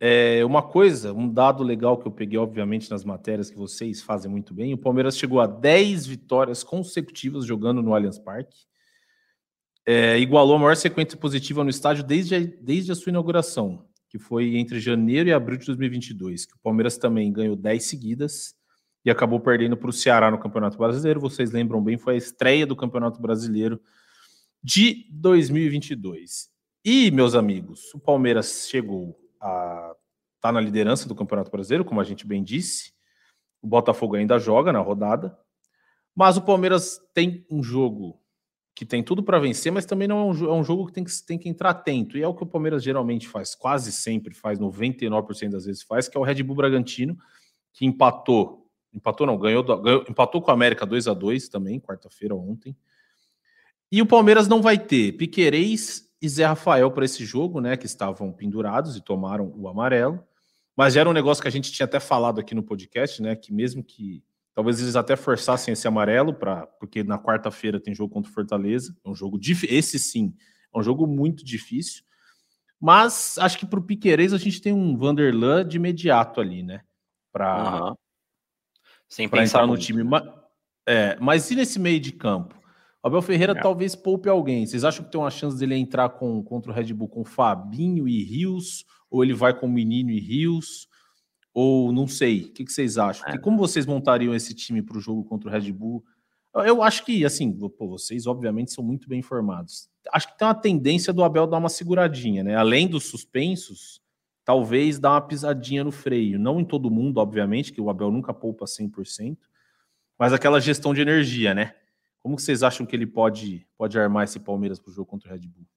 Um dado legal que eu peguei, obviamente, nas matérias que vocês fazem muito bem, o Palmeiras chegou a 10 vitórias consecutivas jogando no Allianz Parque, igualou a maior sequência positiva no estádio desde a sua inauguração, que foi entre janeiro e abril de 2022, que o Palmeiras também ganhou 10 seguidas e acabou perdendo para o Ceará no Campeonato Brasileiro. Vocês lembram bem, foi a estreia do Campeonato Brasileiro de 2022. E, meus amigos, o Palmeiras chegou a estar na liderança do Campeonato Brasileiro, como a gente bem disse. O Botafogo ainda joga na rodada. Mas o Palmeiras tem um jogo que tem tudo para vencer, mas também não é um jogo que tem que entrar atento. E é o que o Palmeiras geralmente faz, quase sempre faz, 99% das vezes faz, que é o Red Bull Bragantino, que empatou com o América 2-2 também, quarta-feira, ontem. E o Palmeiras não vai ter Piquerez e Zé Rafael para esse jogo, né, que estavam pendurados e tomaram o amarelo, mas já era um negócio que a gente tinha até falado aqui no podcast, né, que mesmo que talvez eles até forçassem esse amarelo, porque na quarta-feira tem jogo contra o Fortaleza, é um jogo esse sim, é um jogo muito difícil, mas acho que para o Piquerez a gente tem um Vanderlan de imediato ali, né, para entrar no time. Mas e nesse meio de campo? O Abel Ferreira talvez poupe alguém. Vocês acham que tem uma chance dele entrar contra o Red Bull com Fabinho e Rios? Ou ele vai com Menino e Rios? Ou não sei. O que vocês acham? Como vocês montariam esse time para o jogo contra o Red Bull? Eu acho que, assim, vocês obviamente são muito bem informados. Acho que tem uma tendência do Abel dar uma seguradinha, né? Além dos suspensos, talvez dar uma pisadinha no freio. Não em todo mundo, obviamente, que o Abel nunca poupa 100%, mas aquela gestão de energia, né? Como que vocês acham que ele pode armar esse Palmeiras para o jogo contra o Red Bull?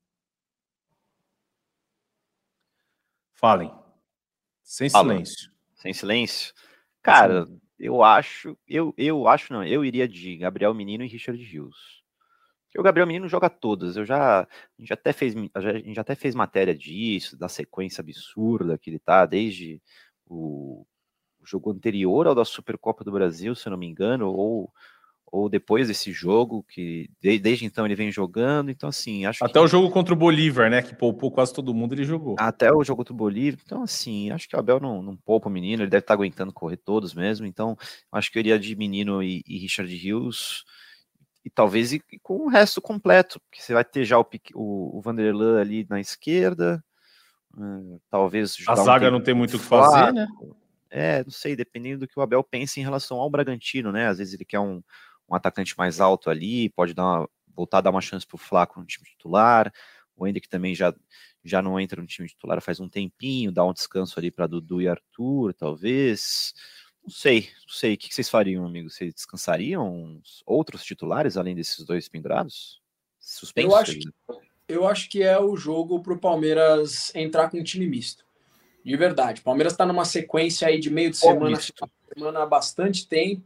Falem. Sem silêncio. Sem silêncio? Cara, eu iria de Gabriel Menino e Richard Rios. Porque o Gabriel Menino joga todas. A gente até fez matéria disso, da sequência absurda que ele tá, desde o jogo anterior ao da Supercopa do Brasil, se eu não me engano, ou depois desse jogo, que desde então ele vem jogando, então assim, até o jogo contra o Bolívar, né, que poupou quase todo mundo, ele jogou. Até o jogo contra o Bolívar, então assim, acho que o Abel não poupa o menino, ele deve estar aguentando correr todos mesmo, então acho que eu iria de Menino e Richard Rios, e talvez com o resto completo, porque você vai ter já o Vanderlan ali na esquerda, talvez... A zaga não tem muito o que fazer, né? Não sei, dependendo do que o Abel pensa em relação ao Bragantino, né, às vezes ele quer um atacante mais alto ali, pode voltar a dar uma chance pro Flaco no time titular, o Hendrick também já não entra no time titular faz um tempinho, dá um descanso ali para Dudu e Arthur, talvez, não sei, o que vocês fariam, amigo? Vocês descansariam outros titulares além desses dois pendurados? Suspensos? Eu acho que é o jogo pro Palmeiras entrar com um time misto. De verdade. O Palmeiras está numa sequência aí de meio de semana há bastante tempo.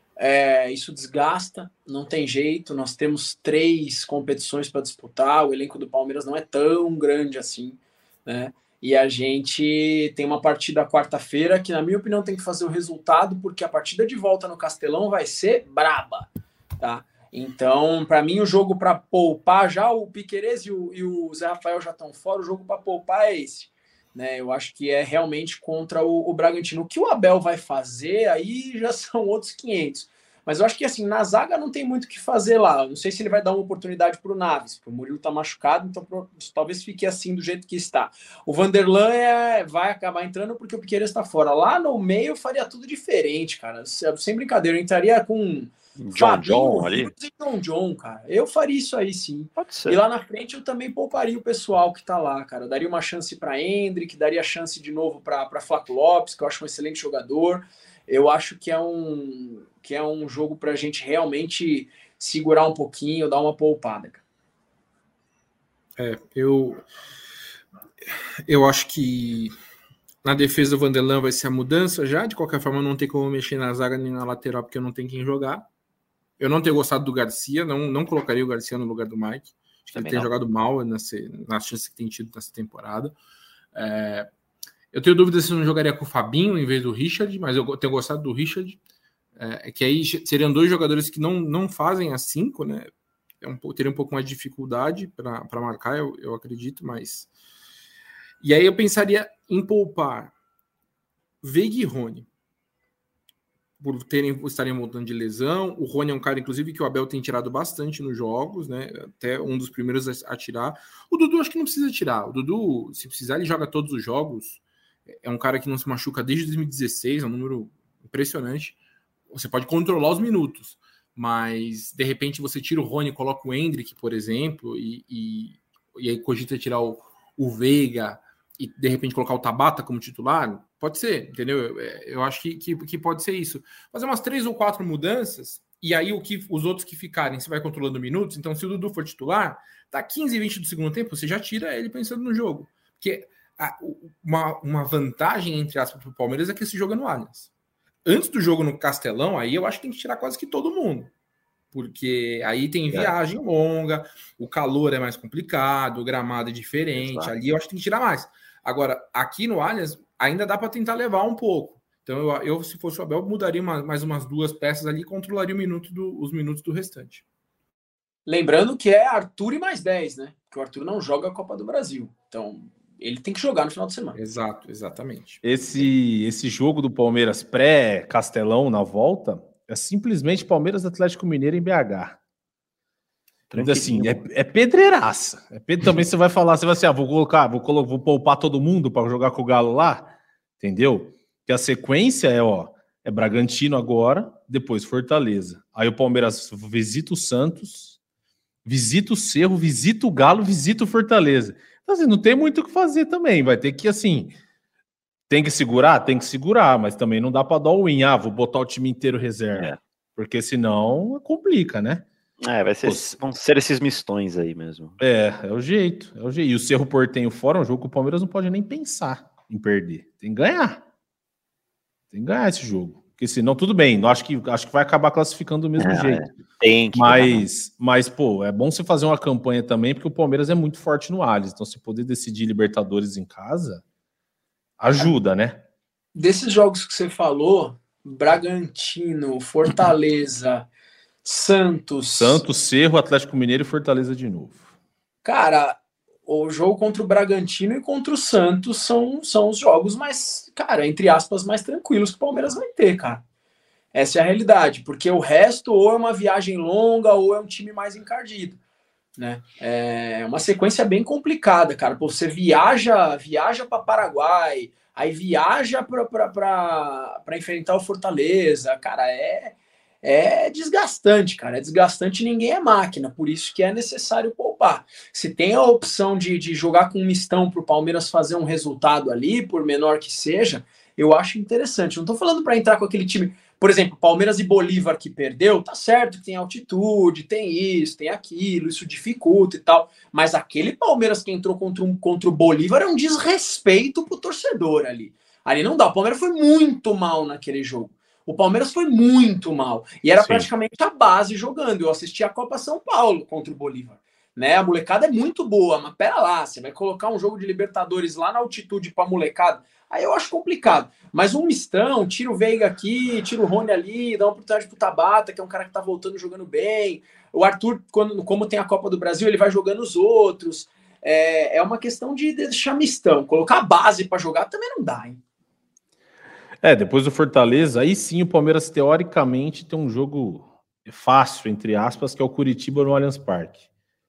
Isso desgasta, não tem jeito. Nós temos 3 competições para disputar. O elenco do Palmeiras não é tão grande assim, né? E a gente tem uma partida quarta-feira que, na minha opinião, tem que fazer o resultado, porque a partida de volta no Castelão vai ser braba, tá? Então, para mim, o jogo para poupar, já o Piquerez e o Zé Rafael já estão fora, o jogo para poupar é esse. Né, eu acho que é realmente contra o Bragantino. O que o Abel vai fazer, aí já são outros 500. Mas eu acho que assim, na zaga não tem muito o que fazer lá. Eu não sei se ele vai dar uma oportunidade para o Naves, porque o Murilo tá machucado, então talvez fique assim do jeito que está. O Vanderlan vai acabar entrando porque o Piqueires está fora. Lá no meio eu faria tudo diferente, cara. Sem brincadeira, eu entraria com John ali. John, cara. Eu faria isso aí, sim. Pode ser. E lá na frente eu também pouparia o pessoal que tá lá, cara. Eu daria uma chance para Hendrick, daria chance de novo para Flaco Lopes, que eu acho um excelente jogador. Eu acho que é um jogo pra gente realmente segurar um pouquinho, dar uma poupada, cara. Eu acho que na defesa do Vanderlan vai ser a mudança já. De qualquer forma, não tem como mexer na zaga nem na lateral, porque eu não tenho quem jogar. Eu não tenho gostado do Garcia, não colocaria o Garcia no lugar do Mike. Acho que ele tem jogado mal nas chances que tem tido nessa temporada. Eu tenho dúvida se não jogaria com o Fabinho em vez do Richard, mas eu tenho gostado do Richard. que aí seriam 2 jogadores que não fazem as 5, né? Teria um pouco mais de dificuldade para marcar, eu acredito, mas... E aí eu pensaria em poupar Veiga e Rony, por estarem voltando de lesão. O Rony é um cara, inclusive, que o Abel tem tirado bastante nos jogos, né? Até um dos primeiros a tirar. O Dudu acho que não precisa tirar. O Dudu, se precisar, ele joga todos os jogos. É um cara que não se machuca desde 2016, é um número impressionante. Você pode controlar os minutos, mas de repente você tira o Rony e coloca o Endrick, por exemplo, e aí cogita tirar o Veiga e de repente colocar o Tabata como titular. Pode ser, entendeu? Eu acho que pode ser isso. Fazer umas 3 ou 4 mudanças, e aí os outros que ficarem, você vai controlando minutos. Então, se o Dudu for titular, tá 15 e 20 do segundo tempo, você já tira ele pensando no jogo. Porque uma vantagem, entre aspas, para o Palmeiras é que esse jogo é no Allianz. Antes do jogo no Castelão, aí eu acho que tem que tirar quase que todo mundo. Porque aí tem viagem longa, o calor é mais complicado, o gramado é diferente. Exato. Ali eu acho que tem que tirar mais. Agora, aqui no Allianz, ainda dá para tentar levar um pouco. Então, eu se fosse o Abel, mudaria mais umas 2 peças ali e controlaria os minutos do restante. Lembrando que é Arthur e mais 10, né? Porque o Arthur não joga a Copa do Brasil. Então, ele tem que jogar no final de semana. Exato, exatamente. Esse jogo do Palmeiras pré-Castelão na volta é simplesmente Palmeiras Atlético Mineiro em BH. Então, assim, é pedreiraça. Também você vai falar, você vai assim, vou poupar todo mundo para jogar com o Galo lá, entendeu? Que a sequência é Bragantino agora, depois Fortaleza. Aí o Palmeiras visita o Santos, visita o Cerro, visita o Galo, visita o Fortaleza. Então, assim, não tem muito o que fazer também. Vai ter que, assim, tem que segurar, mas também não dá para dar o win. Vou botar o time inteiro reserva. Porque senão complica, né? Vão ser esses mistões aí mesmo. É o jeito. E o Cerro Porteño fora é um jogo que o Palmeiras não pode nem pensar em perder. Tem que ganhar. Tem que ganhar esse jogo. Porque senão, tudo bem. Acho que vai acabar classificando do mesmo jeito. Tem que mas, pô, é bom você fazer uma campanha também, porque o Palmeiras é muito forte no Allianz. Então, se poder decidir Libertadores em casa, ajuda, né? Desses jogos que você falou, Bragantino, Fortaleza, Santos, Cerro, Atlético Mineiro e Fortaleza de novo. Cara, o jogo contra o Bragantino e contra o Santos são os jogos mais, cara, entre aspas, mais tranquilos que o Palmeiras vai ter, cara. Essa é a realidade, porque o resto ou é uma viagem longa ou é um time mais encardido, né? É uma sequência bem complicada, cara. Pô, você viaja para Paraguai, aí viaja para enfrentar o Fortaleza, cara, é desgastante, cara. É desgastante, ninguém é máquina, por isso que é necessário poupar. Se tem a opção de jogar com um mistão para o Palmeiras fazer um resultado ali, por menor que seja, eu acho interessante. Não tô falando para entrar com aquele time, por exemplo, Palmeiras e Bolívar que perdeu, tá certo que tem altitude, tem isso, tem aquilo, isso dificulta e tal, mas aquele Palmeiras que entrou contra o Bolívar é um desrespeito pro torcedor ali. Ali não dá, o Palmeiras foi muito mal naquele jogo. O Palmeiras foi muito mal. E era praticamente a base jogando. Eu assisti a Copa São Paulo contra o Bolívar. Né? A molecada é muito boa, mas pera lá, você vai colocar um jogo de Libertadores lá na altitude pra molecada? Aí eu acho complicado. Mas um mistão, tira o Veiga aqui, tira o Rony ali, dá uma oportunidade pro Tabata, que é um cara que tá voltando jogando bem. O Arthur, como tem a Copa do Brasil, ele vai jogando os outros. É uma questão de deixar mistão. Colocar a base pra jogar também não dá, hein? Depois do Fortaleza, aí sim o Palmeiras teoricamente tem um jogo fácil, entre aspas, que é o Curitiba no Allianz Parque.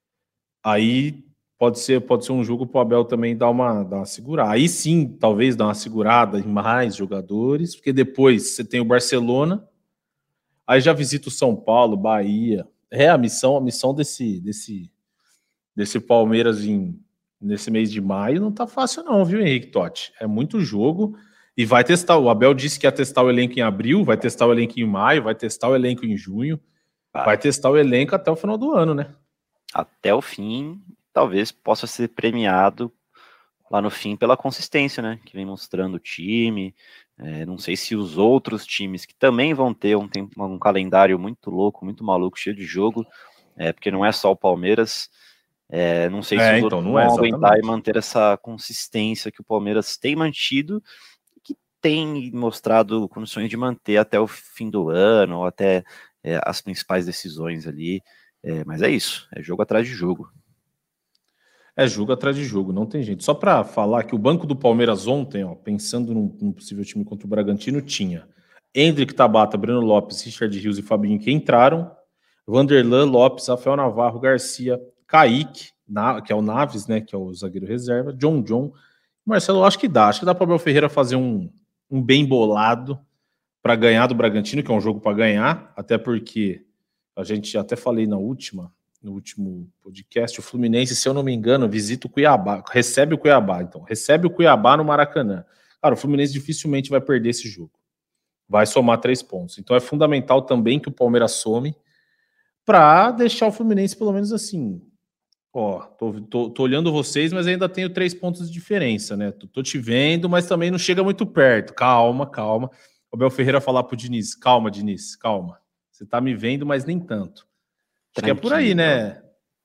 Aí pode ser um jogo para o Abel também dar uma segurada. Aí sim, talvez dar uma segurada em mais jogadores, porque depois você tem o Barcelona, aí já visita o São Paulo, Bahia. A missão desse Palmeiras nesse mês de maio não tá fácil não, viu, Henrique Totti? É muito jogo. E vai testar, o Abel disse que ia testar o elenco em abril, vai testar o elenco em maio, vai testar o elenco em junho, vai testar o elenco até o final do ano, né? Até o fim, talvez possa ser premiado lá no fim pela consistência, né? Que vem mostrando o time. Não sei se os outros times que também vão ter um calendário muito louco, muito maluco, cheio de jogo, porque não é só o Palmeiras. Não sei se os outros vão aguentar e manter essa consistência que o Palmeiras tem mantido, que tem mostrado condições de manter até o fim do ano, ou até as principais decisões ali. Mas é isso, é jogo atrás de jogo. É jogo atrás de jogo, não tem jeito. Só para falar que o banco do Palmeiras ontem, ó, pensando num possível time contra o Bragantino, tinha Endrick, Tabata, Breno Lopes, Richard Rios e Fabinho que entraram, Vanderlan, Lopes, Rafael Navarro, Garcia, Kaique, que é o Naves, né, que é o zagueiro reserva, John, Marcelo, acho que dá para o Abel Ferreira fazer um bem bolado para ganhar do Bragantino, que é um jogo para ganhar, até porque a gente até falei no último podcast, o Fluminense, se eu não me engano, visita o Cuiabá, recebe o Cuiabá no Maracanã. Cara, o Fluminense dificilmente vai perder esse jogo. Vai somar 3 pontos. Então é fundamental também que o Palmeiras some para deixar o Fluminense pelo menos assim, ó, tô olhando vocês, mas ainda tenho 3 pontos de diferença, né? Tô te vendo, mas também não chega muito perto. Calma. O Abel Ferreira falar pro Diniz, calma, Diniz, calma. Você tá me vendo, mas nem tanto. Acho que é por aí, né?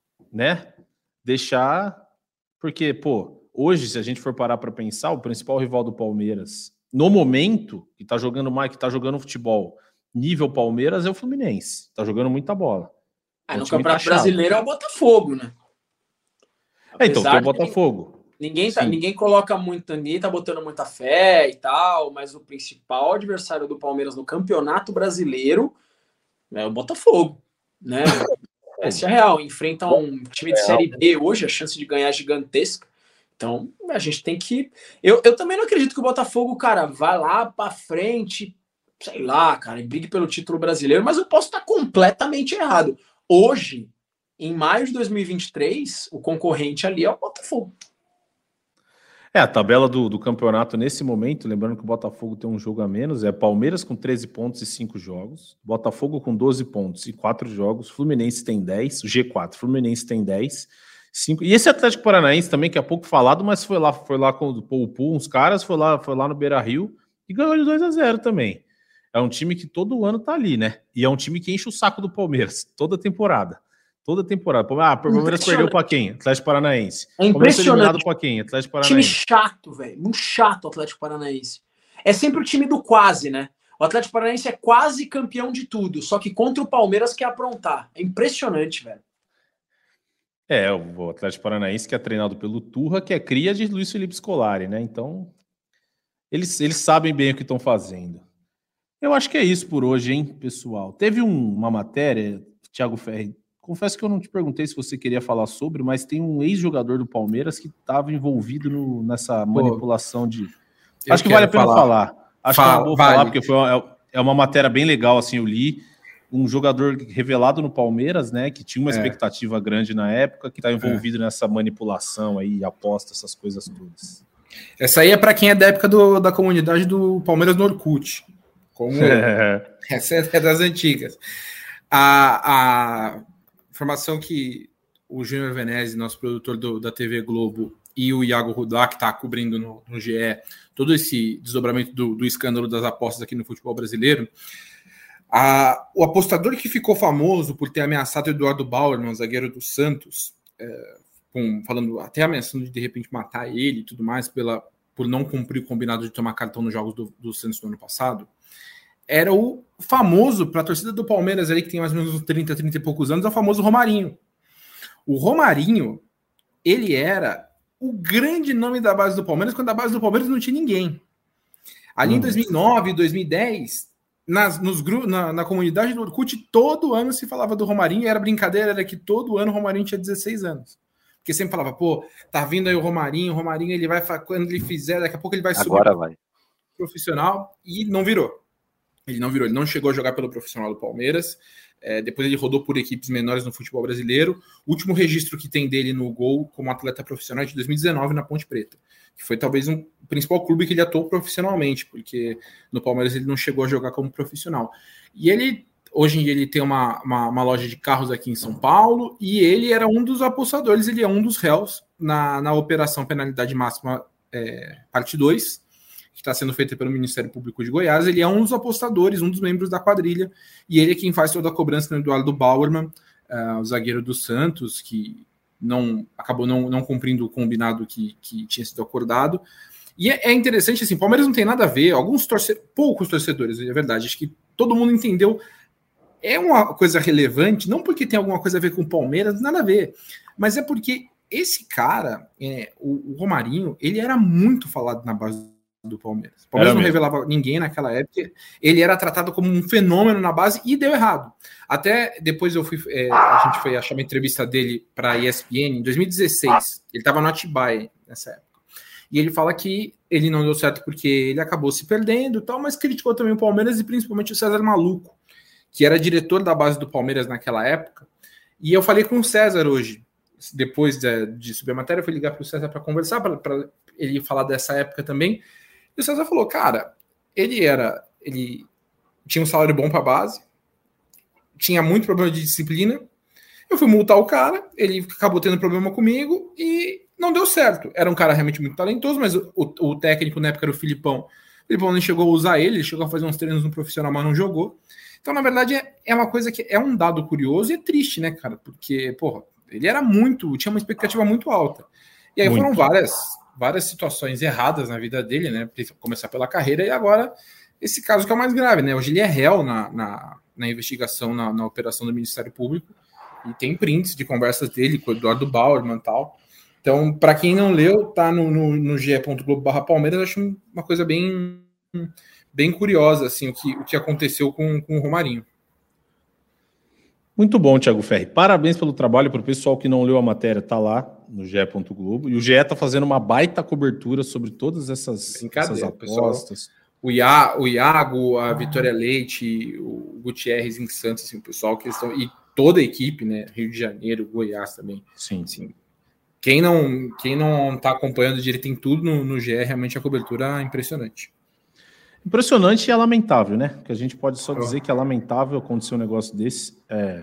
Deixar, porque, pô, hoje, se a gente for parar para pensar, o principal rival do Palmeiras, no momento, que tá jogando futebol nível Palmeiras, é o Fluminense. Tá jogando muita bola. No Campeonato Brasileiro é o Botafogo, né? Então tem o Botafogo. Ninguém coloca muito, ninguém tá botando muita fé e tal, mas o principal adversário do Palmeiras no Campeonato Brasileiro é o Botafogo, né? Essa é a real. Enfrenta um time de Série B hoje, a chance de ganhar é gigantesca. Então, a gente tem que... Eu também não acredito que o Botafogo, cara, vá lá pra frente, sei lá, cara, e brigue pelo título brasileiro, mas eu posso estar completamente errado. Hoje, em maio de 2023, o concorrente ali é o Botafogo. A tabela do campeonato nesse momento, lembrando que o Botafogo tem um jogo a menos, é Palmeiras com 13 pontos e 5 jogos, Botafogo com 12 pontos e 4 jogos, Fluminense tem 10, o G4, Fluminense tem 10, 5, e esse Atlético Paranaense também, que é pouco falado, mas foi lá com o Poupu, uns caras, foi lá no Beira-Rio e ganhou de 2-0 também. É um time que todo ano tá ali, né? E é um time que enche o saco do Palmeiras, toda temporada. O Palmeiras perdeu para quem? Atlético Paranaense. É impressionante. Para quem? Atlético Paranaense. Time chato, velho. Muito chato o Atlético Paranaense. É sempre o time do quase, né? O Atlético Paranaense é quase campeão de tudo, só que contra o Palmeiras quer aprontar. É impressionante, velho. O Atlético Paranaense que é treinado pelo Turra, que é cria de Luiz Felipe Scolari, né? Então, eles sabem bem o que estão fazendo. Eu acho que é isso por hoje, hein, pessoal? Teve uma matéria, Thiago Ferri, confesso que eu não te perguntei se você queria falar sobre, mas tem um ex-jogador do Palmeiras que estava envolvido nessa manipulação de... Acho que vale a pena falar. Acho que é bom falar, porque é uma matéria bem legal, assim, eu li. Um jogador revelado no Palmeiras, né, que tinha uma expectativa grande na época, que está envolvido nessa manipulação aí, aposta, essas coisas todas. Essa aí é para quem é da época da comunidade do Palmeiras no Orkut. Essa é das antigas. A informação que o Júnior Venezi, nosso produtor da TV Globo, e o Iago Rudá, que está cobrindo no GE, todo esse desdobramento do escândalo das apostas aqui no futebol brasileiro, o apostador que ficou famoso por ter ameaçado Eduardo Bauerman, zagueiro do Santos, falando até ameaçando de repente matar ele e tudo mais, por não cumprir o combinado de tomar cartão nos jogos do Santos no ano passado, era o famoso, para a torcida do Palmeiras ali, que tem mais ou menos uns 30 e poucos anos, é o famoso Romarinho. O Romarinho, ele era o grande nome da base do Palmeiras, quando a base do Palmeiras não tinha ninguém. Ali em 2009, 2010, na comunidade do Orkut, todo ano se falava do Romarinho, e era brincadeira, era que todo ano o Romarinho tinha 16 anos. Porque sempre falava, tá vindo aí o Romarinho, ele vai, quando ele fizer, daqui a pouco ele vai subir. Agora vai. Profissional, e não virou. Ele não chegou a jogar pelo profissional do Palmeiras, depois ele rodou por equipes menores no futebol brasileiro. O último registro que tem dele no gol como atleta profissional é de 2019 na Ponte Preta, que foi talvez o principal clube que ele atuou profissionalmente, porque no Palmeiras ele não chegou a jogar como profissional. E hoje em dia ele tem uma loja de carros aqui em São Paulo, e ele era um dos apostadores, ele é um dos réus na Operação Penalidade Máxima parte 2, que está sendo feita pelo Ministério Público de Goiás. Ele é um dos apostadores, um dos membros da quadrilha, e ele é quem faz toda a cobrança no Eduardo Bauerman, o zagueiro do Santos, que acabou não cumprindo o combinado que tinha sido acordado. E é interessante, assim, o Palmeiras não tem nada a ver, poucos torcedores, é verdade, acho que todo mundo entendeu, é uma coisa relevante, não porque tem alguma coisa a ver com o Palmeiras, nada a ver, mas é porque esse cara, o Romarinho, ele era muito falado na base do Palmeiras. O Palmeiras não revelava ninguém naquela época, ele era tratado como um fenômeno na base e deu errado. Até depois a gente foi achar uma entrevista dele para a ESPN em 2016, ele estava no Atibaia nessa época. E ele fala que ele não deu certo porque ele acabou se perdendo e tal, mas criticou também o Palmeiras e principalmente o César Maluco, que era diretor da base do Palmeiras naquela época. E eu falei com o César hoje, depois de subir a matéria, eu fui ligar para o César para conversar, para ele falar dessa época também. E o César falou, cara, ele tinha um salário bom para a base, tinha muito problema de disciplina, eu fui multar o cara, ele acabou tendo problema comigo e não deu certo. Era um cara realmente muito talentoso, mas o técnico na época era o Filipão. O Filipão nem chegou a usar ele chegou a fazer uns treinos no profissional, mas não jogou. Então, na verdade, é uma coisa que é um dado curioso e é triste, né, cara? Porque, porra, ele tinha uma expectativa muito alta. E aí foram várias situações erradas na vida dele, né? Começar pela carreira e agora esse caso que é o mais grave, né? Hoje ele é réu na investigação, na operação do Ministério Público e tem prints de conversas dele com o Eduardo Bauerman e tal. Então, para quem não leu, tá no ge.globo/Palmeiras, eu acho uma coisa bem curiosa, assim, o que aconteceu com o Romarinho. Muito bom, Thiago Ferri. Parabéns pelo trabalho. Para o pessoal que não leu a matéria, tá lá no ge.globo. E o GE tá fazendo uma baita cobertura sobre todas essas apostas. O Iago, a Vitória Leite, o Gutierrez em Santos, assim, o pessoal que estão... E toda a equipe, né? Rio de Janeiro, Goiás também. Sim. Assim, quem não tá acompanhando direito em tudo no GE, realmente a cobertura é impressionante. Impressionante e é lamentável, né? Que a gente pode só dizer que é lamentável acontecer um negócio desse.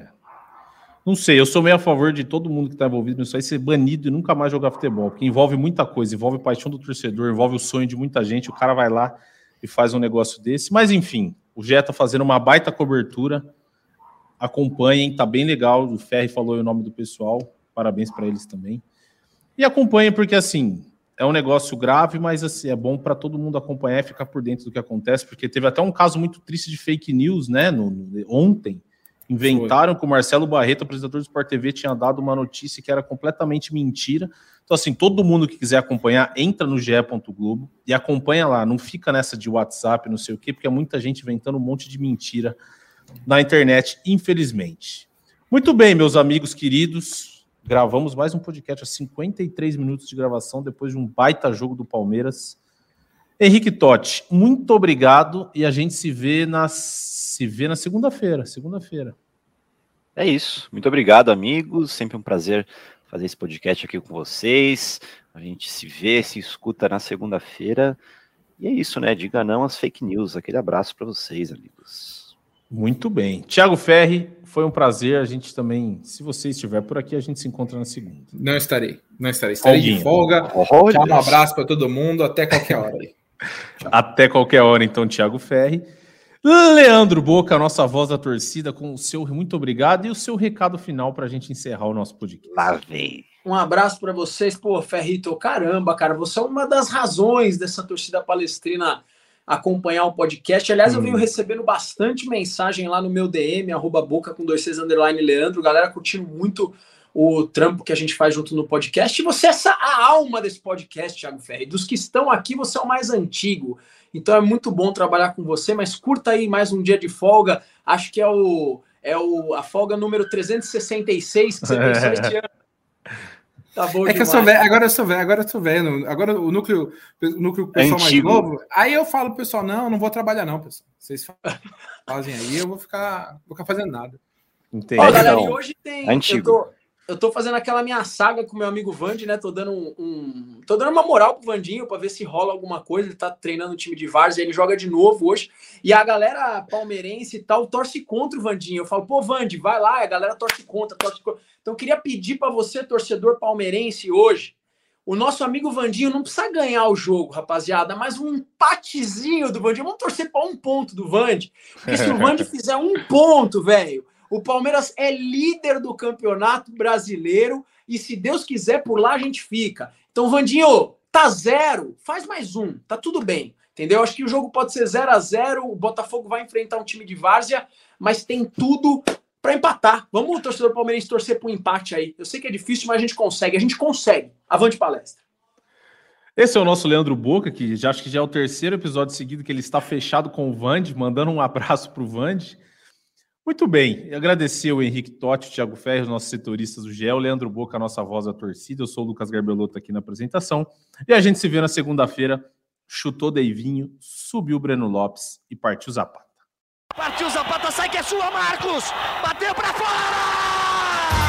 Não sei, eu sou meio a favor de todo mundo que está envolvido nisso aí ser banido e nunca mais jogar futebol, porque envolve muita coisa, envolve a paixão do torcedor, envolve o sonho de muita gente, o cara vai lá e faz um negócio desse. Mas enfim, o GE está fazendo uma baita cobertura, acompanhem, tá bem legal, o Ferri falou o nome do pessoal, parabéns para eles também. E acompanhem porque assim... É um negócio grave, mas assim, é bom para todo mundo acompanhar e ficar por dentro do que acontece, porque teve até um caso muito triste de fake news, né? Ontem, inventaram que o Marcelo Barreto, apresentador do Sport TV, tinha dado uma notícia que era completamente mentira. Então, assim, todo mundo que quiser acompanhar, entra no ge.globo e acompanha lá. Não fica nessa de WhatsApp, não sei o quê, porque é muita gente inventando um monte de mentira na internet, infelizmente. Muito bem, meus amigos queridos. Gravamos mais um podcast a 53 minutos de gravação depois de um baita jogo do Palmeiras. Henrique Totti, muito obrigado e a gente se vê na segunda-feira. É isso. Muito obrigado, amigos. Sempre um prazer fazer esse podcast aqui com vocês. A gente se vê, se escuta na segunda-feira. E é isso, né? Diga não às fake news. Aquele abraço para vocês, amigos. Muito bem. Thiago Ferri, foi um prazer. A gente também, se você estiver por aqui, a gente se encontra na segunda. Não estarei. Estarei de folga. Tchau, um abraço para todo mundo. Até qualquer hora aí. Até qualquer hora, então, Thiago Ferri. Leandro Boca, a nossa voz da torcida, com o seu muito obrigado e o seu recado final para a gente encerrar o nosso podcast. Lá vem. Um abraço para vocês. Pô, Ferrito, caramba, cara, você é uma das razões dessa torcida palestrina acompanhar o podcast. Aliás, eu venho recebendo bastante mensagem lá no meu DM, @boca_Leandro. Galera curtindo muito o trampo que a gente faz junto no podcast. E você é a alma desse podcast, Thiago Ferri. Dos que estão aqui, você é o mais antigo. Então é muito bom trabalhar com você, mas curta aí mais um dia de folga. Acho que é a folga número 366 que você pensou este ano. Tá bom que eu sou velho, agora eu sou velho. Agora o núcleo pessoal mais novo. Aí eu falo pro pessoal, não vou trabalhar não, pessoal. Vocês fazem aí, eu vou ficar fazendo nada. Entendi. Ó, galera, e hoje tem... Antigo. Eu tô fazendo aquela minha saga com meu amigo Vandi, né? Tô dando uma moral pro Vandinho pra ver se rola alguma coisa. Ele tá treinando o time de várzea, ele joga de novo hoje. E a galera palmeirense e tal torce contra o Vandinho. Eu falo, pô, Vandi, vai lá. A galera torce contra. Então eu queria pedir pra você, torcedor palmeirense, hoje, o nosso amigo Vandinho não precisa ganhar o jogo, rapaziada, mas um empatezinho do Vandinho. Vamos torcer pra 1 ponto do Vandi. Porque se o Vandi fizer 1 ponto, velho, o Palmeiras é líder do Campeonato Brasileiro e, se Deus quiser, por lá a gente fica. Então, Vandinho, Tá 0, faz mais um, tá tudo bem. Entendeu? Acho que o jogo pode ser 0-0, o Botafogo vai enfrentar um time de várzea, mas tem tudo para empatar. Vamos, o torcedor palmeirense, torcer para um empate aí. Eu sei que é difícil, mas a gente consegue. Avante palestra. Esse é o nosso Leandro Boca, que acho que já é o terceiro episódio seguido que ele está fechado com o Vande, mandando um abraço para o Vande. Muito bem, agradecer o Henrique Totti, o Thiago Ferri, os nossos setoristas do GE, o Leandro Boca, a nossa voz da torcida. Eu sou o Lucas Garbelotto aqui na apresentação. E a gente se vê na segunda-feira. Chutou Deivinho, subiu o Breno Lopes e partiu Zapata. Partiu Zapata, sai que é sua, Marcos! Bateu pra fora!